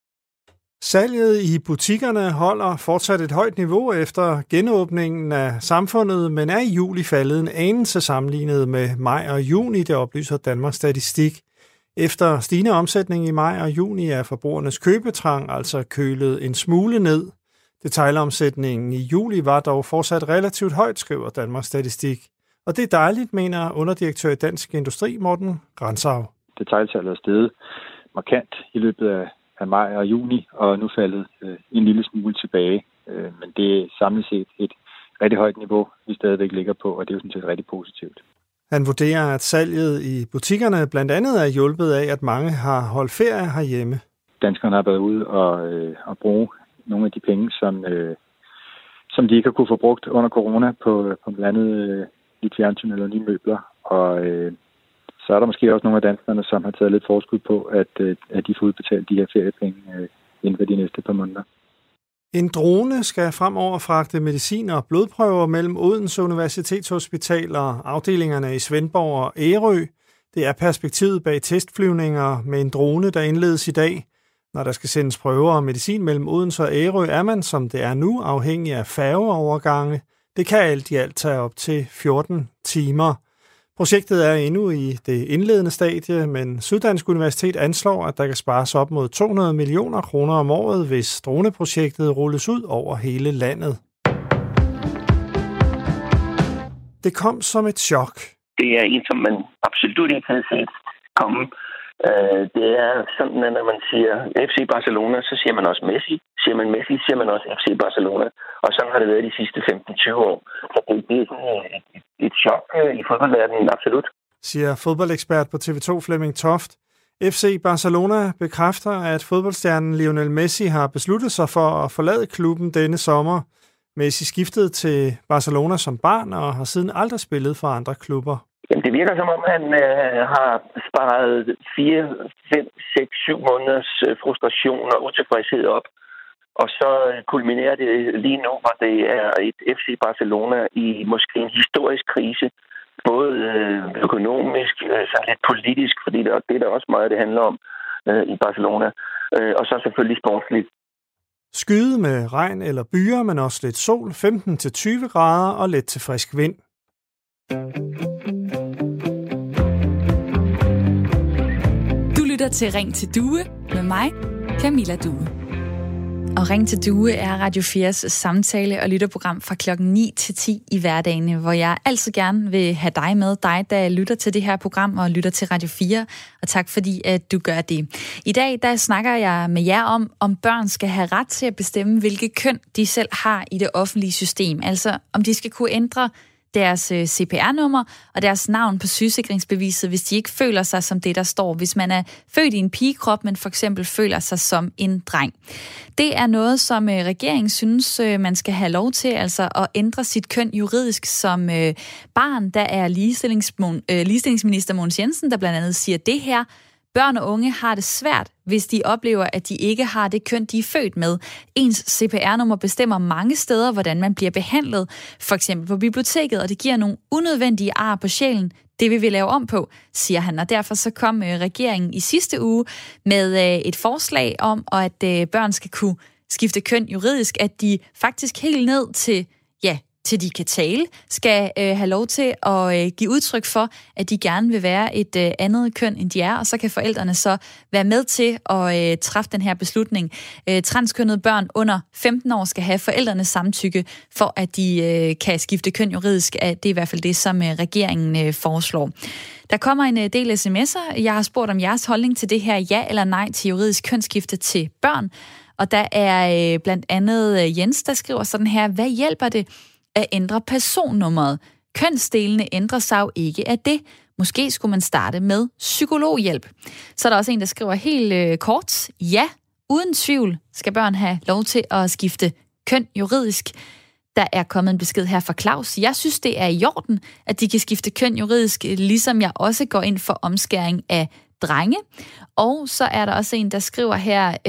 Salget i butikkerne holder fortsat et højt niveau efter genåbningen af samfundet, men er i juli faldet en anelse sammenlignet med maj og juni, det oplyser Danmarks Statistik. Efter stigende omsætning i maj og juni er forbrugernes købetrang altså kølet en smule ned. Detailomsætningen i juli var dog fortsat relativt højt, skriver Danmarks Statistik. Og det er dejligt, mener underdirektør i Dansk Industri, Morten Grantzau. Detailsalget er steget markant i løbet af maj og juni, og nu faldet en lille smule tilbage. Men det er samlet set et rigtig højt niveau, vi stadigvæk ligger på, og det er jo sådan set rigtig positivt. Han vurderer, at salget i butikkerne blandt andet er hjulpet af, at mange har holdt ferie herhjemme. Danskerne har været ude og bruge nogle af de penge, som de ikke har kunne få brugt under corona på blandt andet lidt fjernsyn eller nye møbler. Og så er der måske også nogle af danskerne, som har taget lidt forskud på, at de får udbetalt de her feriepenge inden for de næste par måneder. En drone skal fremover fragte medicin og blodprøver mellem Odense Universitetshospital og afdelingerne i Svendborg og Ærø. Det er perspektivet bag testflyvninger med en drone, der indledes i dag. Når der skal sendes prøver og medicin mellem Odense og Ærø, er man, som det er nu, afhængig af færgeovergange. Det kan alt i alt tage op til 14 timer. Projektet er endnu i det indledende stadie, men Syddansk Universitet anslår, at der kan spares op mod 200 millioner kroner om året, hvis droneprojektet rulles ud over hele landet. Det kom som et chok. Det er en, som man absolut ikke havde set komme. Det er sådan, at når man siger FC Barcelona, så siger man også Messi. Siger man Messi, siger man også FC Barcelona. Og sådan har det været de sidste 15-20 år. Så det er sådan et chok i fodboldverdenen, absolut. Siger fodboldekspert på TV2 Flemming Toft. FC Barcelona bekræfter, at fodboldstjernen Lionel Messi har besluttet sig for at forlade klubben denne sommer. Messi skiftede til Barcelona som barn og har siden aldrig spillet for andre klubber. Jamen, det virker som om, han har sparet 4, 5, 6, 7 måneders frustration og utilfredshed op. Og så kulminerer det lige nu, hvor det er et FC Barcelona i måske en historisk krise. Både økonomisk, så lidt politisk, fordi det er der også meget, det handler om i Barcelona. Og så selvfølgelig sportsligt. Skyde med regn eller byer, men også lidt sol, 15-20 grader og let til frisk vind. Du lytter til Ring til Due med mig, Camilla Due. Og Ring til Due er Radio 4's samtale- og lytterprogram fra klokken 9 til 10 i hverdagene, hvor jeg altid gerne vil have dig med, dig der lytter til det her program og lytter til Radio 4, og tak fordi at du gør det. I dag der snakker jeg med jer om børn skal have ret til at bestemme, hvilke køn de selv har i det offentlige system, altså om de skal kunne ændre deres CPR-nummer og deres navn på sygesikringsbeviset, hvis de ikke føler sig som det, der står. Hvis man er født i en pigekrop, men for eksempel føler sig som en dreng. Det er noget, som regeringen synes, man skal have lov til, altså at ændre sit køn juridisk som barn. Der er ligestillingsminister Mogens Jensen, der blandt andet siger det her. Børn og unge har det svært, hvis de oplever, at de ikke har det køn, de er født med. Ens CPR-nummer bestemmer mange steder, hvordan man bliver behandlet, for eksempel på biblioteket, og det giver nogle unødvendige ar på sjælen. Det vil vi lave om på, siger han, og derfor så kom regeringen i sidste uge med et forslag om, at børn skal kunne skifte køn juridisk, at de faktisk helt ned til de kan tale, skal have lov til at give udtryk for, at de gerne vil være et andet køn, end de er, og så kan forældrene så være med til at træffe den her beslutning. Transkønnede børn under 15 år skal have forældrenes samtykke, for at de kan skifte køn juridisk. Det er i hvert fald det, som regeringen foreslår. Der kommer en del sms'er. Jeg har spurgt om jeres holdning til det her ja eller nej til juridisk kønsskifte til børn, og der er blandt andet Jens, der skriver sådan her: hvad hjælper det at ændre personnummeret? Kønsdelene ændrer sig jo ikke af det. Måske skulle man starte med psykologhjælp. Så er der også en, der skriver helt kort: ja, uden tvivl skal børn have lov til at skifte køn juridisk. Der er kommet en besked her fra Claus. Jeg synes, det er i orden, at de kan skifte køn juridisk, ligesom jeg også går ind for omskæring af drenge. Og så er der også en, der skriver her: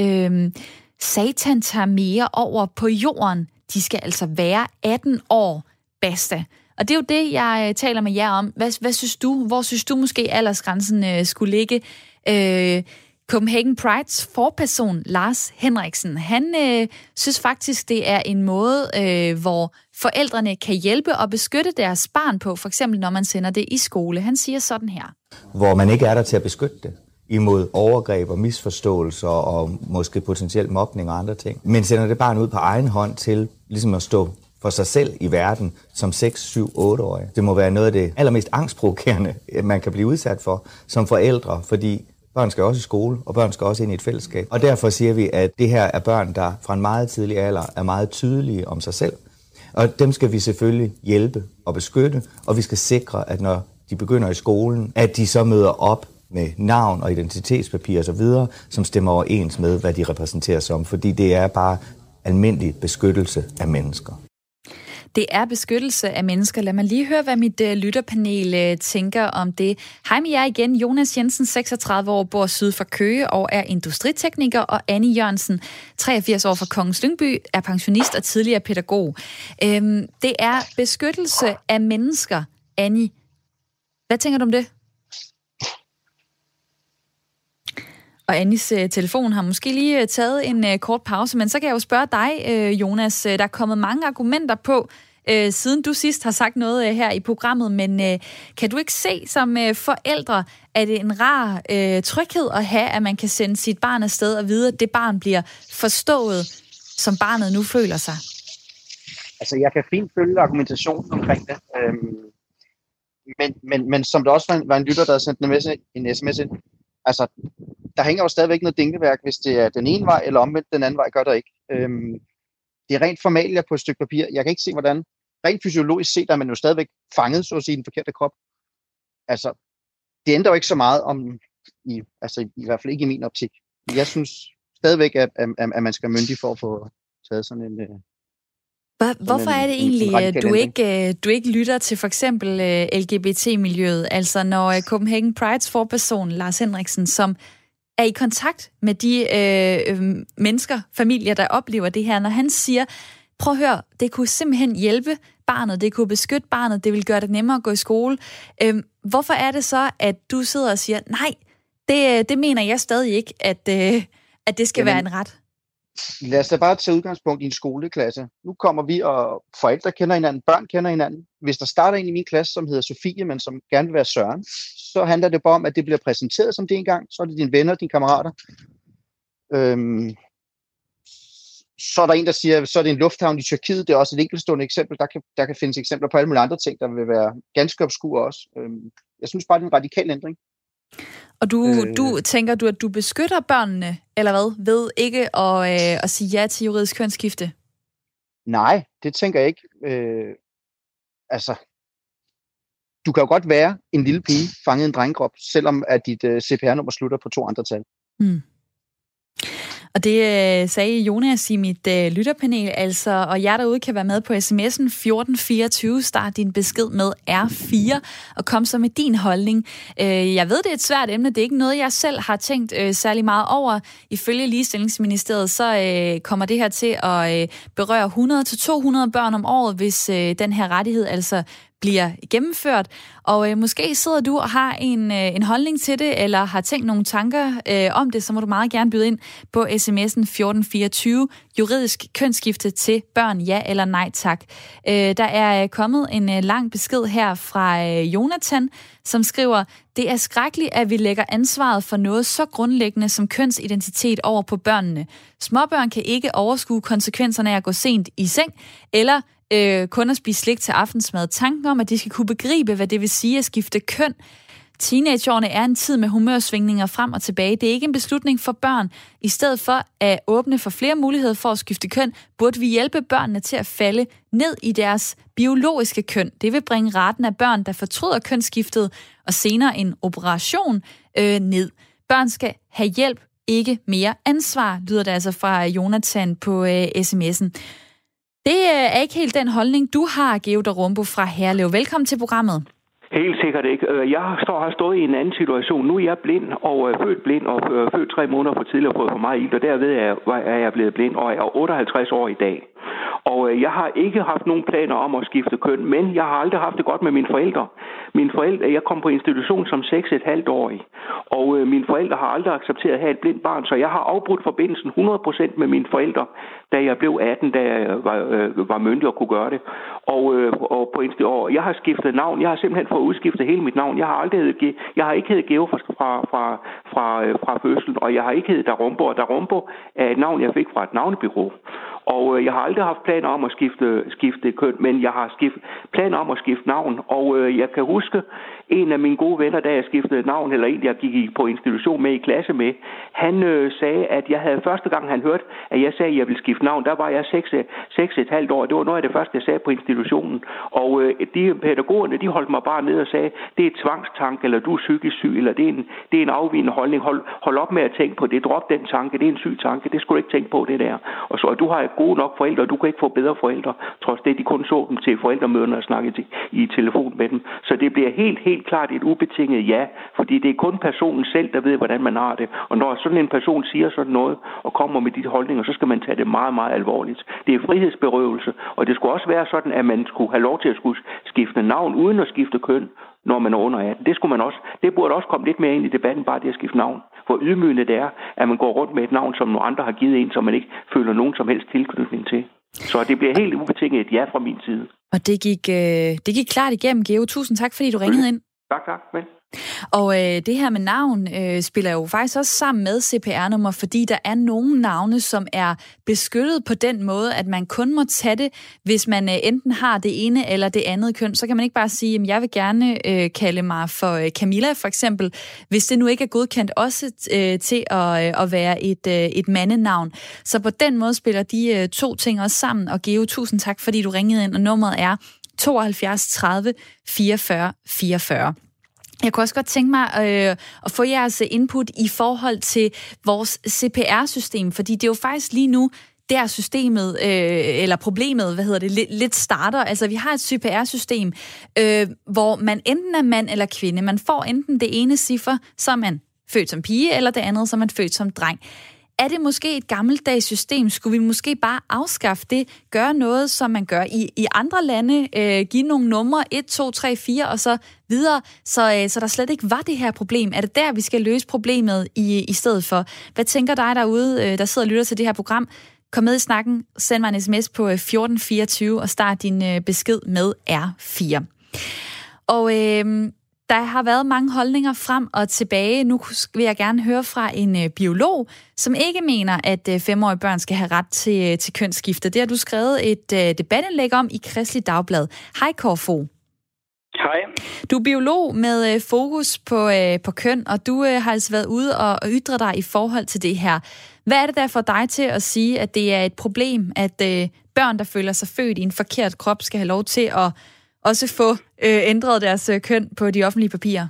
Satan tager mere over på jorden. De skal altså være 18 år, basta. Og det er jo det, jeg taler med jer om. Hvad synes du? Hvor synes du måske aldersgrænsen skulle ligge? Copenhagen Prides forperson, Lars Henriksen, han synes faktisk, det er en måde, hvor forældrene kan hjælpe og beskytte deres barn på, for eksempel når man sender det i skole. Han siger sådan her: hvor man ikke er der til at beskytte det imod overgreb og misforståelser og måske potentielt mobning og andre ting. Men sender det barn ud på egen hånd til ligesom at stå for sig selv i verden som 6, 7, 8-årig. Det må være noget af det allermest angstprovokerende, man kan blive udsat for som forældre, fordi børn skal også i skole, og børn skal også ind i et fællesskab. Og derfor siger vi, at det her er børn, der fra en meget tidlig alder er meget tydelige om sig selv. Og dem skal vi selvfølgelig hjælpe og beskytte, og vi skal sikre, at når de begynder i skolen, at de så møder op med navn og identitetspapir og så videre, som stemmer overens med, hvad de repræsenterer som, fordi det er bare almindelig beskyttelse af mennesker. Det er beskyttelse af mennesker. Lad mig lige høre, hvad mit lytterpanel tænker om det. Hej med jer igen. Jonas Jensen, 36 år, bor syd for Køge og er industritekniker, og Annie Jørgensen, 83 år fra Kongens Lyngby, er pensionist og tidligere pædagog. Det er beskyttelse af mennesker. Annie, hvad tænker du om det? Og Annis telefon har måske lige taget en kort pause, men så kan jeg jo spørge dig, Jonas. Der er kommet mange argumenter på, siden du sidst har sagt noget her i programmet, men kan du ikke se som forældre, at det er en rar tryghed at have, at man kan sende sit barn afsted og vide, at det barn bliver forstået, som barnet nu føler sig? Altså, jeg kan fint følge argumentationen omkring det. Men som der også var en lytter, der havde sendt en sms ind, altså, der hænger jo stadigvæk noget dingleværk, hvis det er den ene vej, eller omvendt den anden vej, gør der ikke. Det er rent formalia på et stykke papir. Jeg kan ikke se, hvordan. Rent fysiologisk set er man jo stadigvæk fanget, så at sige, i den forkerte krop. Altså, det ændrer jo ikke så meget om, i hvert fald ikke i min optik. Jeg synes stadigvæk, at man skal være myndig for at få taget sådan en... Hvorfor er det egentlig, du ikke lytter til for eksempel LGBT-miljøet? Altså når Copenhagen Prides forperson, Lars Henriksen, som er i kontakt med de mennesker, familier, der oplever det her, når han siger, prøv at høre, det kunne simpelthen hjælpe barnet, det kunne beskytte barnet, det ville gøre det nemmere at gå i skole. Hvorfor er det så, at du sidder og siger, nej, det mener jeg stadig ikke, at det skal være en ret? Lad os da bare tage udgangspunkt i en skoleklasse. Nu kommer vi, og forældre kender hinanden, børn kender hinanden. Hvis der starter en i min klasse, som hedder Sofie, men som gerne vil være Søren, så handler det bare om, at det bliver præsenteret som det engang. Så er det dine venner, dine kammerater. Så er der en, der siger, så er det en lufthavn i Tyrkiet. Det er også et enkeltstående eksempel. Der kan findes eksempler på alle mulige andre ting, der vil være ganske obskure også. Jeg synes bare, det er en radikal ændring. Og tænker du, at du beskytter børnene, eller hvad, ved ikke at sige ja til juridisk kønsskifte? Nej, det tænker jeg ikke. Du kan jo godt være en lille pige fanget i en drengekrop, selvom at dit CPR-nummer slutter på 2 andre tal. Mm. Og det sagde Jonas i mit lytterpanel, altså, og jer derude kan være med på sms'en 1424, start din besked med R4, og kom så med din holdning. Jeg ved, det er et svært emne, det er ikke noget, jeg selv har tænkt særlig meget over. Ifølge Ligestillingsministeriet, så kommer det her til at berøre 100-200 børn om året, hvis den her rettighed altså bliver gennemført. Og måske sidder du og har en holdning til det, eller har tænkt nogle tanker om det, så må du meget gerne byde ind på sms'en 1424. Juridisk kønsskifte til børn, ja eller nej tak. Der er kommet en lang besked her fra Jonathan, som skriver, det er skrækkeligt, at vi lægger ansvaret for noget så grundlæggende som kønsidentitet over på børnene. Småbørn kan ikke overskue konsekvenserne af at gå sent i seng, eller kun at spise slik til aftensmad. Tanken om, at de skal kunne begribe, hvad det vil sige at skifte køn. Teenageårene er en tid med humørsvingninger frem og tilbage. Det er ikke en beslutning for børn. I stedet for at åbne for flere muligheder for at skifte køn, burde vi hjælpe børnene til at falde ned i deres biologiske køn. Det vil bringe raten af børn, der fortryder kønsskiftet og senere en operation ned. Børn skal have hjælp, ikke mere ansvar, lyder det altså fra Jonathan på sms'en. Det er ikke helt den holdning, du har, Geo Darumbo fra Herlev. Velkommen til programmet. Helt sikkert ikke. Jeg har stået i en anden situation. Nu er jeg blind og født blind og født 3 måneder for tidligere og fået for meget ild, og derved er jeg blevet blind, og jeg er 58 år i dag. Og jeg har ikke haft nogen planer om at skifte køn, men jeg har aldrig haft det godt med mine forældre. Jeg kom på institution som 6,5-årig, og mine forældre har aldrig accepteret at have et blindt barn, så jeg har afbrudt forbindelsen 100% med mine forældre, da jeg blev 18, da jeg var myndig og kunne gøre det. Og på institution, jeg har skiftet navn. Jeg har simpelthen fået udskiftet hele mit navn. Jeg har ikke heddet Geo fra fødslen, og jeg har ikke heddet Darumbo, og Darumbo er et navn, jeg fik fra et navnebureau. Og jeg har aldrig haft planer om at skifte køn, men jeg har planer om at skifte navn. Og jeg kan huske, en af mine gode venner, da jeg skiftede navn, eller en, jeg gik på institution med i klasse med, han sagde, at jeg havde første gang, han hørte, at jeg sagde, at jeg ville skifte navn, der var jeg 6,5 år. Det var noget af det første, jeg sagde på institutionen. Og de pædagogerne, de holdt mig bare ned og sagde, det er et tvangstanke, eller du er psykisk syg, eller det er en afvigende holdning. Hold op med at tænke på det. Drop den tanke. Det er en syg tanke. Det skulle du ikke tænke på, det der. Og du har gode nok forældre, og du kan ikke få bedre forældre, trods det, de kun så dem til forældremøderne og snakkede i telefon med dem. Så det bliver helt klart et ubetinget ja, fordi det er kun personen selv, der ved, hvordan man har det. Og når sådan en person siger sådan noget og kommer med de holdninger, så skal man tage det meget, meget alvorligt. Det er frihedsberøvelse, og det skulle også være sådan, at man skulle have lov til at skulle skifte navn uden at skifte køn, når man er under 18. Det burde også komme lidt mere ind i debatten, bare det at skifte navn. Hvor ydmygende det er, at man går rundt med et navn, som nogle andre har givet en, som man ikke føler nogen som helst tilknytning til. Så det bliver helt ubetinget et ja fra min side. Og det gik klart igennem, Geo. Tusind tak, fordi du ringede ind. Tak. Vel. Og det her med navn spiller jo faktisk også sammen med CPR-nummer, fordi der er nogle navne, som er beskyttet på den måde, at man kun må tage det, hvis man enten har det ene eller det andet køn. Så kan man ikke bare sige, at jeg vil gerne kalde mig for Camilla, for eksempel, hvis det nu ikke er godkendt også til at være et mandenavn. Så på den måde spiller de to ting også sammen. Og Geo, tusind tak, fordi du ringede ind, og nummeret er 72 30 44 44. Jeg kunne også godt tænke mig at få jeres input i forhold til vores CPR-system, fordi det er jo faktisk lige nu, der systemet, eller problemet, lidt starter. Altså, vi har et CPR-system, hvor man enten er mand eller kvinde. Man får enten det ene ciffer, så er man født som pige, eller det andet, så er man født som dreng. Er det måske et gammeldags system? Skulle vi måske bare afskaffe det? Gøre noget, som man gør i andre lande? Give nogle numre, 1, 2, 3, 4 og så videre, så der slet ikke var det her problem. Er det der, vi skal løse problemet i stedet for? Hvad tænker dig derude, der sidder og lytter til det her program? Kom med i snakken, send mig en sms på 1424 og start din besked med R4. Og Der har været mange holdninger frem og tilbage. Nu vil jeg gerne høre fra en biolog, som ikke mener, at 5-årige børn skal have ret til kønsskifte. Det har du skrevet et debatindlæg om i Kristeligt Dagblad. Hej Kåre Fogh. Hej. Du er biolog med fokus på køn, og du har altså været ude og ytre dig i forhold til det her. Hvad er det der for dig til at sige, at det er et problem, at børn, der føler sig født i en forkert krop, skal have lov til at også få ændret deres køn på de offentlige papirer?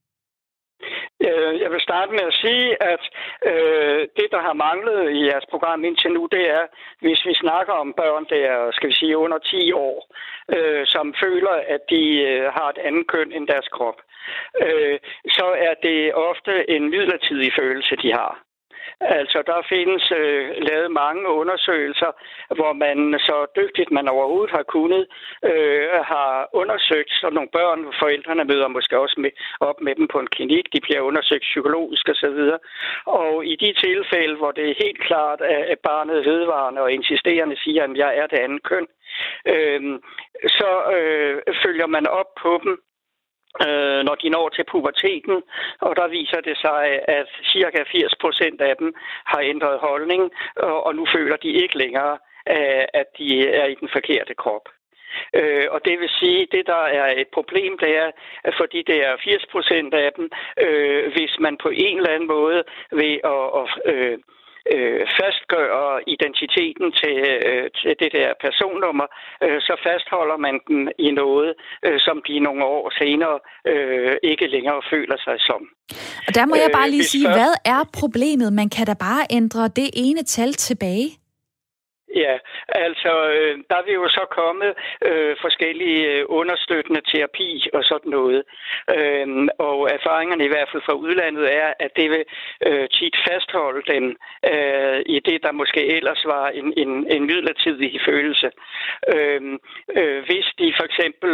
Jeg vil starte med at sige, at det, der har manglet i jeres program indtil nu, det er, hvis vi snakker om børn, der er, skal vi sige, under 10 år, som føler, at de har et andet køn end deres krop, så er det ofte en midlertidig følelse, de har. Altså, der findes lavet mange undersøgelser, hvor man så dygtigt man overhovedet har kunnet, har undersøgt sådan nogle børn. Forældrene møder måske også op med dem på en klinik. De bliver undersøgt psykologisk osv. Og i de tilfælde, hvor det er helt klart, at barnet vedvarende og insisterende siger, at jeg er det andet køn, så følger man op på dem, når de når til puberteten, og der viser det sig, at cirka 80% af dem har ændret holdning, og nu føler de ikke længere, at de er i den forkerte krop. Og det vil sige, det der er et problem, det er, fordi det er 80% af dem, hvis man på en eller anden måde ved at fastgøre identiteten til det der personnummer, så fastholder man den i noget, som de nogle år senere ikke længere føler sig som. Og der må jeg bare lige sige, hvad er problemet? Man kan da bare ændre det ene tal tilbage. Ja, altså der vil jo så komme forskellige understøttende terapi og sådan noget. Og erfaringerne i hvert fald fra udlandet er, at det vil tit fastholde dem i det, der måske ellers var en midlertidig følelse. Hvis de for eksempel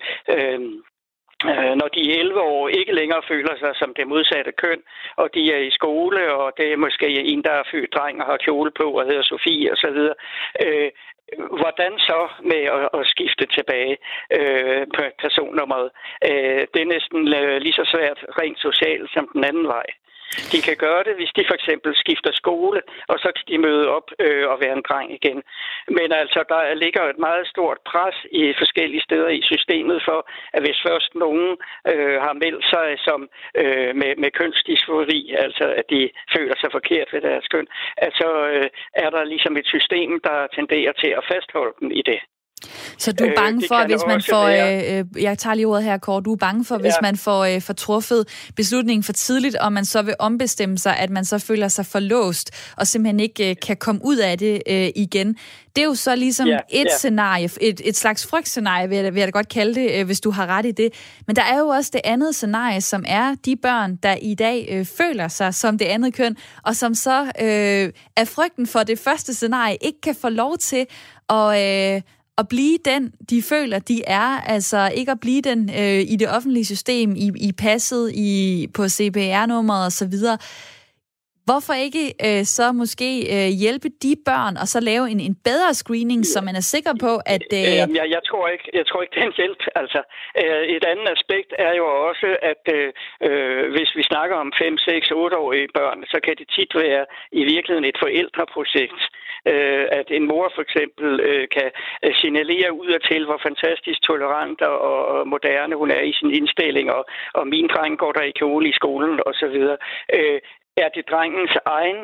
når de er 11 år ikke længere føler sig som det modsatte køn, og de er i skole, og det er måske en, der er født dreng og har kjole på og hedder Sofie osv., hvordan så med at skifte tilbage på personnummeret? Det er næsten lige så svært rent socialt som den anden vej. De kan gøre det, hvis de for eksempel skifter skole, og så kan de møde op og være en dreng igen. Men altså, der ligger et meget stort pres i forskellige steder i systemet for, at hvis først nogen har meldt sig som med kønsdysfori, altså at de føler sig forkert ved deres køn, altså er der ligesom et system, der tenderer til at fastholde dem i det. Så du er bange for, hvis man får... jeg tager lige ordet her, Kåre. Du er bange for, hvis man får truffet beslutningen for tidligt, og man så vil ombestemme sig, at man så føler sig for låst, og simpelthen ikke kan komme ud af det igen. Det er jo så ligesom et scenarie, et slags frygtscenarie, vil jeg da godt kalde det, hvis du har ret i det. Men der er jo også det andet scenarie, som er de børn, der i dag føler sig som det andet køn, og som så af frygten for det første scenarie ikke kan få lov til at blive den, de føler, de er. Altså ikke at blive den i det offentlige system, i passet, på CPR-nummeret osv. Hvorfor ikke så måske hjælpe de børn, og så lave en bedre screening, så man er sikker på, at... Jeg tror ikke, det er en hjælp. Altså, et andet aspekt er jo også, at hvis vi snakker om 5, 6, 8-årige børn, så kan det tit være i virkeligheden et forældreprojekt. At en mor for eksempel kan signalere udadtil, hvor fantastisk tolerant og moderne hun er i sin indstilling, og min dreng går der i kjole i skolen osv. Er det drengens egen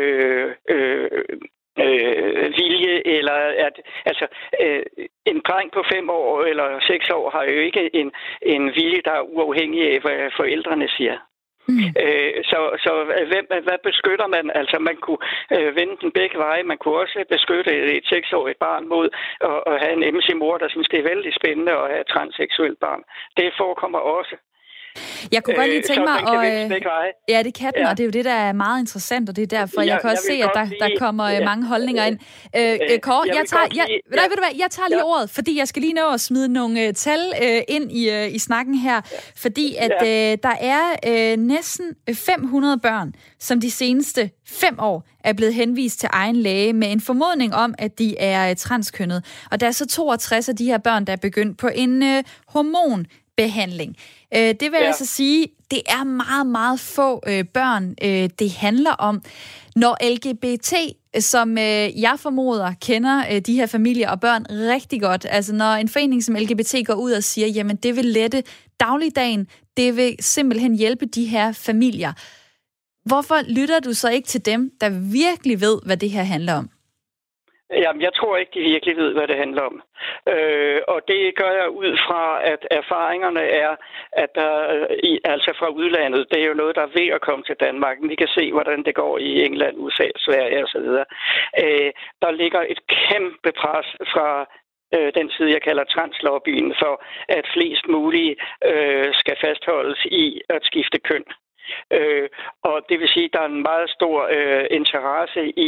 vilje, eller er det, altså en dreng på 5 år eller 6 år har jo ikke en vilje, der er uafhængig af, hvad forældrene siger. Så hvad beskytter man? Altså man kunne vende den begge veje. Man kunne også beskytte et 6-årigt barn mod at have en MC-mor, der synes, det er vældig spændende at have et transseksuelt barn. Det forekommer også. Jeg kunne godt lige tænke mig ja, det kan den, og det er jo det, der er meget interessant, og det er derfor, jeg kan også se, at der kommer mange holdninger ind. Kåre, jeg tager lige ordet, fordi jeg skal lige nå at smide nogle tal ind i snakken her, fordi at der er næsten 500 børn, som de seneste 5 år er blevet henvist til egen læge med en formodning om, at de er transkønnet. Og der er så 62 af de her børn, der er begyndt på en behandling. Det vil jeg så sige, det er meget, meget få børn, det handler om. Når LGBT, som jeg formoder, kender de her familier og børn rigtig godt, altså når en forening som LGBT går ud og siger, jamen det vil lette dagligdagen, det vil simpelthen hjælpe de her familier. Hvorfor lytter du så ikke til dem, der virkelig ved, hvad det her handler om? Jamen, jeg tror ikke, de virkelig ved, hvad det handler om. Og det gør jeg ud fra, at erfaringerne er, at der, altså fra udlandet, det er jo noget, der er ved at komme til Danmark. Vi kan se, hvordan det går i England, USA, Sverige osv. Der ligger et kæmpe pres fra den side, jeg kalder translobbyen, for at flest mulige skal fastholdes i at skifte køn. Og det vil sige, at der er en meget stor interesse i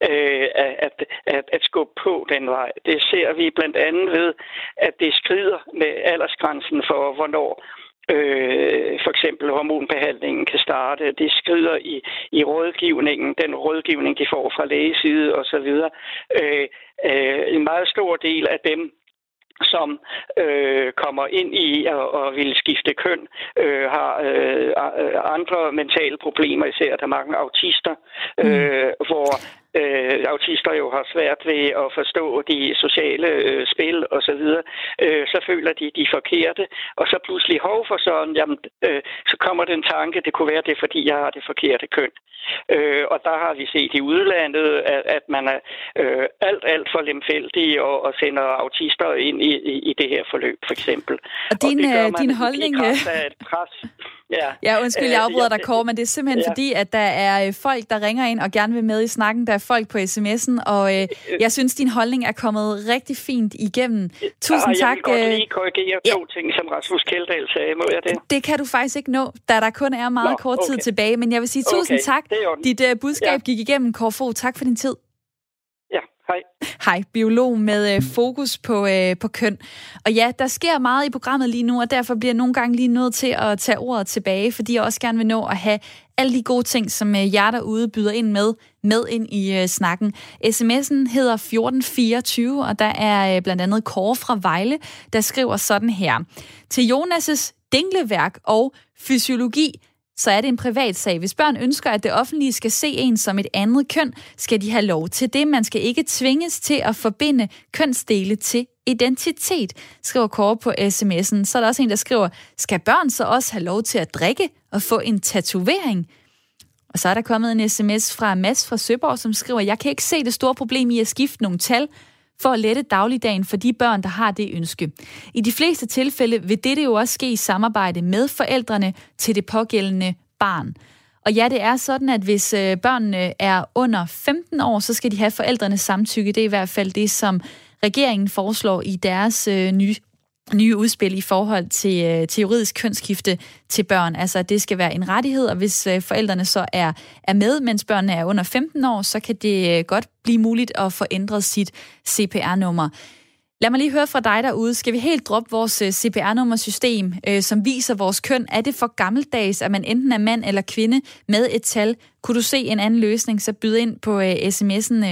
at skubbe på den vej. Det ser vi blandt andet ved, at det skrider med aldersgrænsen for, hvornår for eksempel hormonbehandlingen kan starte. Det skrider i rådgivningen, den rådgivning, de får fra lægeside osv. En meget stor del af dem, som kommer ind i og vil skifte køn, har andre mentale problemer, især der er mange autister, hvor autister jo har svært ved at forstå de sociale spil og så videre, så føler de er forkerte, og så pludselig for sådan, jamen, så kommer den tanke, det kunne være det, fordi jeg har det forkerte køn. Og der har vi set i udlandet, at man er alt for lemfældig og sender autister ind i det her forløb, for eksempel. Og din holdning... Ja, undskyld, jeg afbryder dig, Kåre, men det er simpelthen fordi, at der er folk, der ringer ind og gerne vil med i snakken. Der er folk på sms'en, og jeg synes, din holdning er kommet rigtig fint igennem. Tusind tak. Jeg vil godt lige korrigere to ting, som Rasmus Kjeldahl sagde. Må jeg det? Det kan du faktisk ikke nå, da der kun er meget kort tid tilbage, men jeg vil sige tusind tak. Dit budskab gik igennem, Kåre Fogh. Tak for din tid. Hej. Hej, biolog med fokus på køn. Og ja, der sker meget i programmet lige nu, og derfor bliver jeg nogle gange lige nødt til at tage ordet tilbage, fordi jeg også gerne vil nå at have alle de gode ting, som jer derude byder ind med ind i snakken. SMS'en hedder 1424, og der er blandt andet Kåre fra Vejle, der skriver sådan her. Til Jonas' dingleværk og fysiologi, så er det en privat sag. Hvis børn ønsker, at det offentlige skal se en som et andet køn, skal de have lov til det. Man skal ikke tvinges til at forbinde kønsdele til identitet, skriver Kåre på sms'en. Så er der også en, der skriver, skal børn så også have lov til at drikke og få en tatovering? Og så er der kommet en sms fra Mads fra Søborg, som skriver, jeg kan ikke se det store problem i at skifte nogle tal for at lette dagligdagen for de børn, der har det ønske. I de fleste tilfælde vil dette jo også ske i samarbejde med forældrene til det pågældende barn. Og ja, det er sådan, at hvis børnene er under 15 år, så skal de have forældrenes samtykke. Det er i hvert fald det, som regeringen foreslår i deres nye udspil i forhold til juridisk kønsskifte til børn. Altså, at det skal være en rettighed, og hvis forældrene så er med, mens børnene er under 15 år, så kan det godt blive muligt at få ændret sit CPR-nummer. Lad mig lige høre fra dig derude. Skal vi helt droppe vores CPR-nummersystem, som viser vores køn? Er det for gammeldags, at man enten er mand eller kvinde med et tal? Kunne du se en anden løsning, så byd ind på sms'en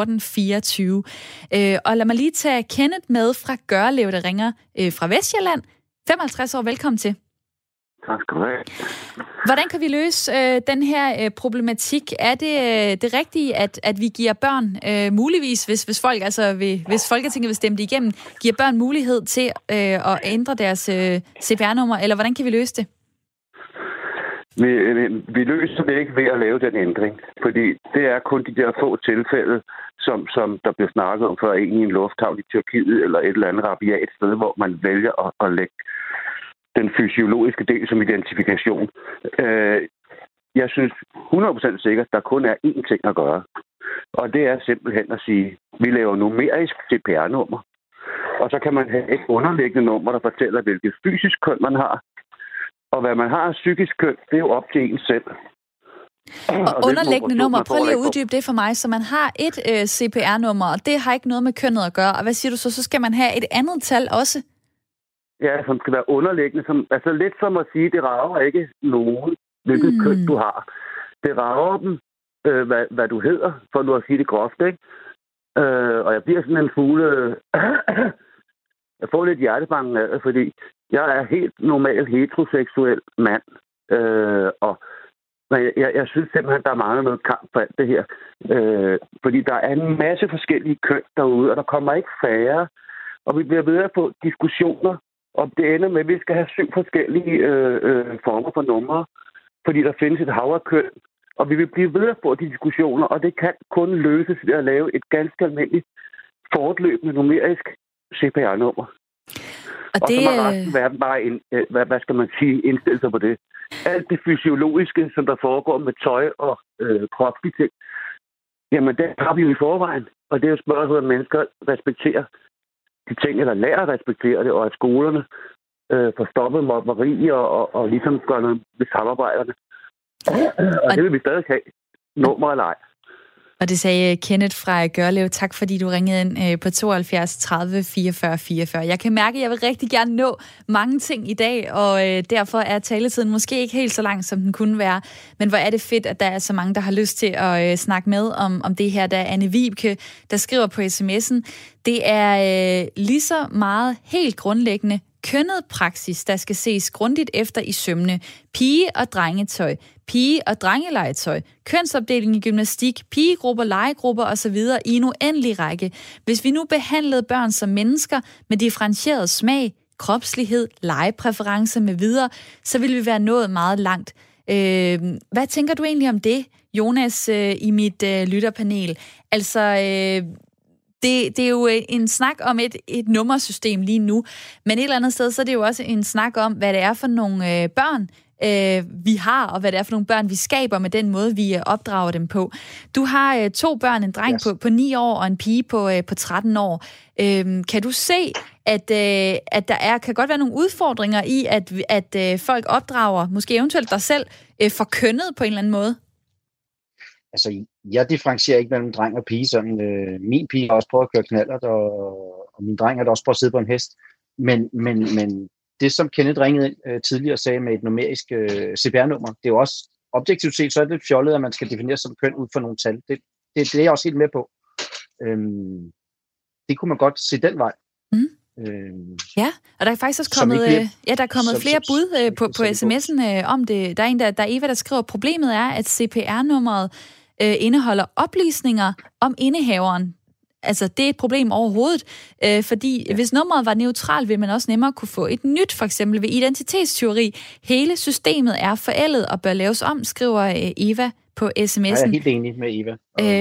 1424. Og lad mig lige tage Kenneth med fra Gørlev, der ringer fra Vestjylland. 55 år, velkommen til. Tak skal du have. Hvordan kan vi løse den her problematik? Er det rigtige, at vi giver børn muligvis, hvis Folketinget vil stemme det igennem, giver børn mulighed til at ændre deres CPR-nummer, eller hvordan kan vi løse det? Vi løser det ikke ved at lave den ændring, fordi det er kun de der få tilfælde, som der bliver snakket om før i en lufthavn i Tyrkiet, eller et eller andet rabiat sted, hvor man vælger at lægge den fysiologiske del som identifikation. Jeg synes 100% sikkert, at der kun er én ting at gøre. Og det er simpelthen at sige, at vi laver numerisk CPR-nummer. Og så kan man have et underliggende nummer, der fortæller, hvilket fysisk køn man har. Og hvad man har af psykisk køn, det er jo op til en selv. Og underliggende nummer, prøv lige at uddybe det for mig. Så man har et CPR-nummer, og det har ikke noget med kønnet at gøre. Og hvad siger du så? Så skal man have et andet tal også? Ja, som skal være underliggende. Altså lidt som at sige, det rager ikke nogen, hvilket køn du har. Det rager dem, hvad du hedder, for nu at sige det groft, ikke? Og jeg bliver sådan en fugle... Jeg får lidt hjertebanken af det, fordi jeg er helt normal heteroseksuel mand. Men jeg synes simpelthen, der mangler noget kamp for alt det her. Fordi der er en masse forskellige køn derude, og der kommer ikke færre. Og vi bliver ved at få diskussioner, om det ender med, at vi skal have 7 forskellige former for numre. Fordi der findes et hav af køn. Og vi vil blive ved at få de diskussioner, og det kan kun løses ved at lave et ganske almindeligt fortløbende numerisk CPR-nummer. Og så må resten være bare hvad skal man sige, indstille sig på det. Alt det fysiologiske, som der foregår med tøj og kropslige ting, jamen det har vi jo i forvejen. Og det er jo spørgsmålet, at mennesker respekterer de ting, eller lærer at respektere det, og at skolerne får stoppet mobberi og ligesom gør noget med samarbejderne. Og det vil vi stadig have. Nummer eller ej. Og det sagde Kenneth fra Gørlev. Tak fordi du ringede ind på 72 30 44 44. Jeg kan mærke, at jeg vil rigtig gerne nå mange ting i dag, og derfor er taletiden måske ikke helt så lang, som den kunne være. Men hvor er det fedt, at der er så mange, der har lyst til at snakke med om det her. Der er Anne Vibke, der skriver på sms'en. Det er lige så meget helt grundlæggende kønnet praksis, der skal ses grundigt efter i sømmene. Pige- og drengetøj, pige- og drengelegetøj, kønsopdeling i gymnastik, pigegrupper, legegrupper osv. i en uendelig række. Hvis vi nu behandlede børn som mennesker med differentieret smag, kropslighed, legepræferencer med videre, så ville vi være nået meget langt. Hvad tænker du egentlig om det, Jonas, i mit lytterpanel? Altså, det er jo en snak om et nummersystem lige nu, men et eller andet sted, så er det jo også en snak om, hvad det er for nogle børn, vi har, og hvad det er for nogle børn, vi skaber med den måde, vi opdrager dem på. Du har 2 børn, en dreng på 9 år og en pige på 13 år. Kan du se, at der kan godt være nogle udfordringer i, at folk opdrager, måske eventuelt dig selv, for kønnet på en eller anden måde? Altså, jeg differentierer ikke mellem dreng og pige. Sådan, min pige har også prøvet at køre knallert, og min dreng har også prøvet at sidde på en hest. Men det, som Kenneth ringede ind tidligere sagde med et numerisk CPR-nummer, det er jo også objektivt set, så er det fjollet, at man skal definere som køn ud fra nogle tal. Det er jeg også helt med på. Det kunne man godt se den vej. Ja, og der er faktisk også kommet flere bud på sms'en om det. Der er Eva, der skriver, at problemet er, at CPR-nummeret indeholder oplysninger om indehaveren. Altså, det er et problem overhovedet, fordi hvis nummeret var neutralt, vil man også nemmere kunne få et nyt, for eksempel ved identitetsteori. Hele systemet er forældet og bør laves om, skriver Eva på sms'en. Jeg er helt enig med Eva.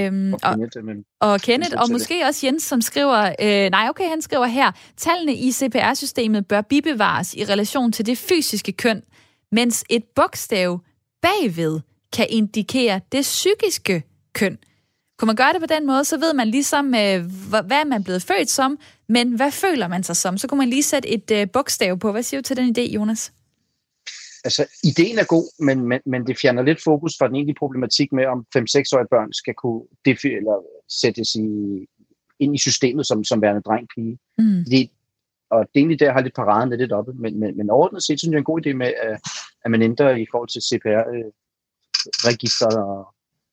Og Kenneth, og måske også Jens, som skriver, han skriver her, tallene i CPR-systemet bør bibevares i relation til det fysiske køn, mens et bogstav bagved kan indikere det psykiske køn. Kunne man gøre det på den måde, så ved man ligesom, hvad man er blevet født som, men hvad føler man sig som? Så kunne man lige sætte et bogstav på. Hvad siger du til den idé, Jonas? Altså, ideen er god, men det fjerner lidt fokus fra den egentlige problematik med, om 5-6-årige børn skal kunne sættes ind i systemet som værende dreng-pige. Og det er egentlig der, jeg har lidt paraden lidt oppe. Men overordnet set, synes jeg er en god idé med, at man ændrer i forhold til CPR-register og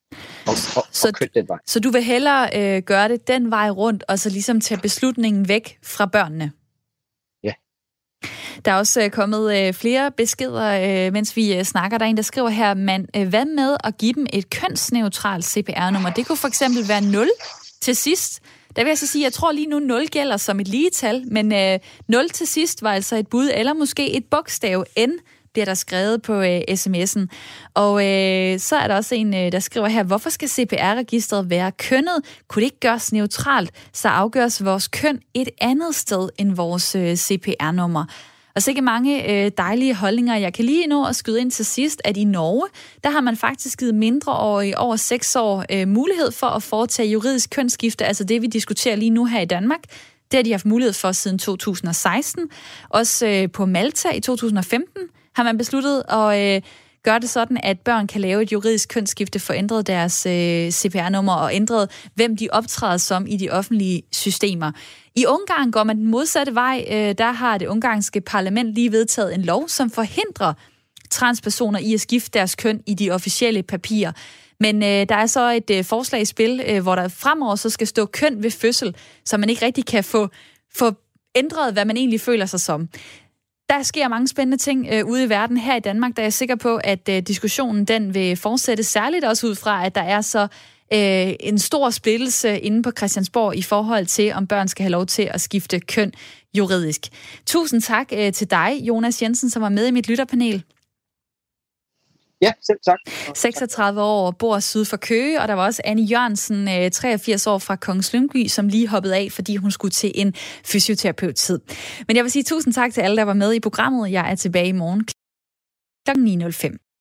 køn den vej. Så du vil hellere gøre det den vej rundt, og så ligesom tage beslutningen væk fra børnene? Ja. Der er også kommet flere beskeder, mens vi snakker. Der er en, der skriver her, hvad med at give dem et kønsneutralt CPR-nummer? Det kunne for eksempel være 0 til sidst. Der vil jeg så sige, jeg tror lige nu 0 gælder som et ligetal, men 0 til sidst var altså et bud, eller måske et bogstav N, bliver der skrevet på sms'en. Og så er der også en, der skriver her, hvorfor skal CPR-registret være kønnet? Kunne det ikke gøres neutralt, så afgøres vores køn et andet sted end vores CPR-nummer? Og så ikke mange dejlige holdninger. Jeg kan lige nå at skyde ind til sidst, at i Norge, der har man faktisk givet mindreårige over 6 år mulighed for at foretage juridisk kønsskifte, altså det, vi diskuterer lige nu her i Danmark. Det har de haft mulighed for siden 2016. Også på Malta i 2015 har man besluttet at gøre det sådan, at børn kan lave et juridisk kønsskifte, få ændret deres CPR-nummer og ændret, hvem de optræder som i de offentlige systemer. I Ungarn går man den modsatte vej. Der har det ungarske parlament lige vedtaget en lov, som forhindrer transpersoner i at skifte deres køn i de officielle papirer. Men der er så et forslag i spil, hvor der fremover så skal stå køn ved fødsel, så man ikke rigtig kan få ændret, hvad man egentlig føler sig som. Der sker mange spændende ting ude i verden. Her i Danmark, der er jeg sikker på, at diskussionen den vil fortsætte, særligt også ud fra, at der er så en stor splittelse inde på Christiansborg i forhold til, om børn skal have lov til at skifte køn juridisk. Tusind tak til dig, Jonas Jensen, som var med i mit lytterpanel. Ja, selv tak. 36 år, bor syd for Køge, og der var også Anne Jørgensen, 83 år fra Kongens Lyngby, som lige hoppede af, fordi hun skulle til en fysioterapeut-tid. Men jeg vil sige tusind tak til alle, der var med i programmet. Jeg er tilbage i morgen kl. 9.05.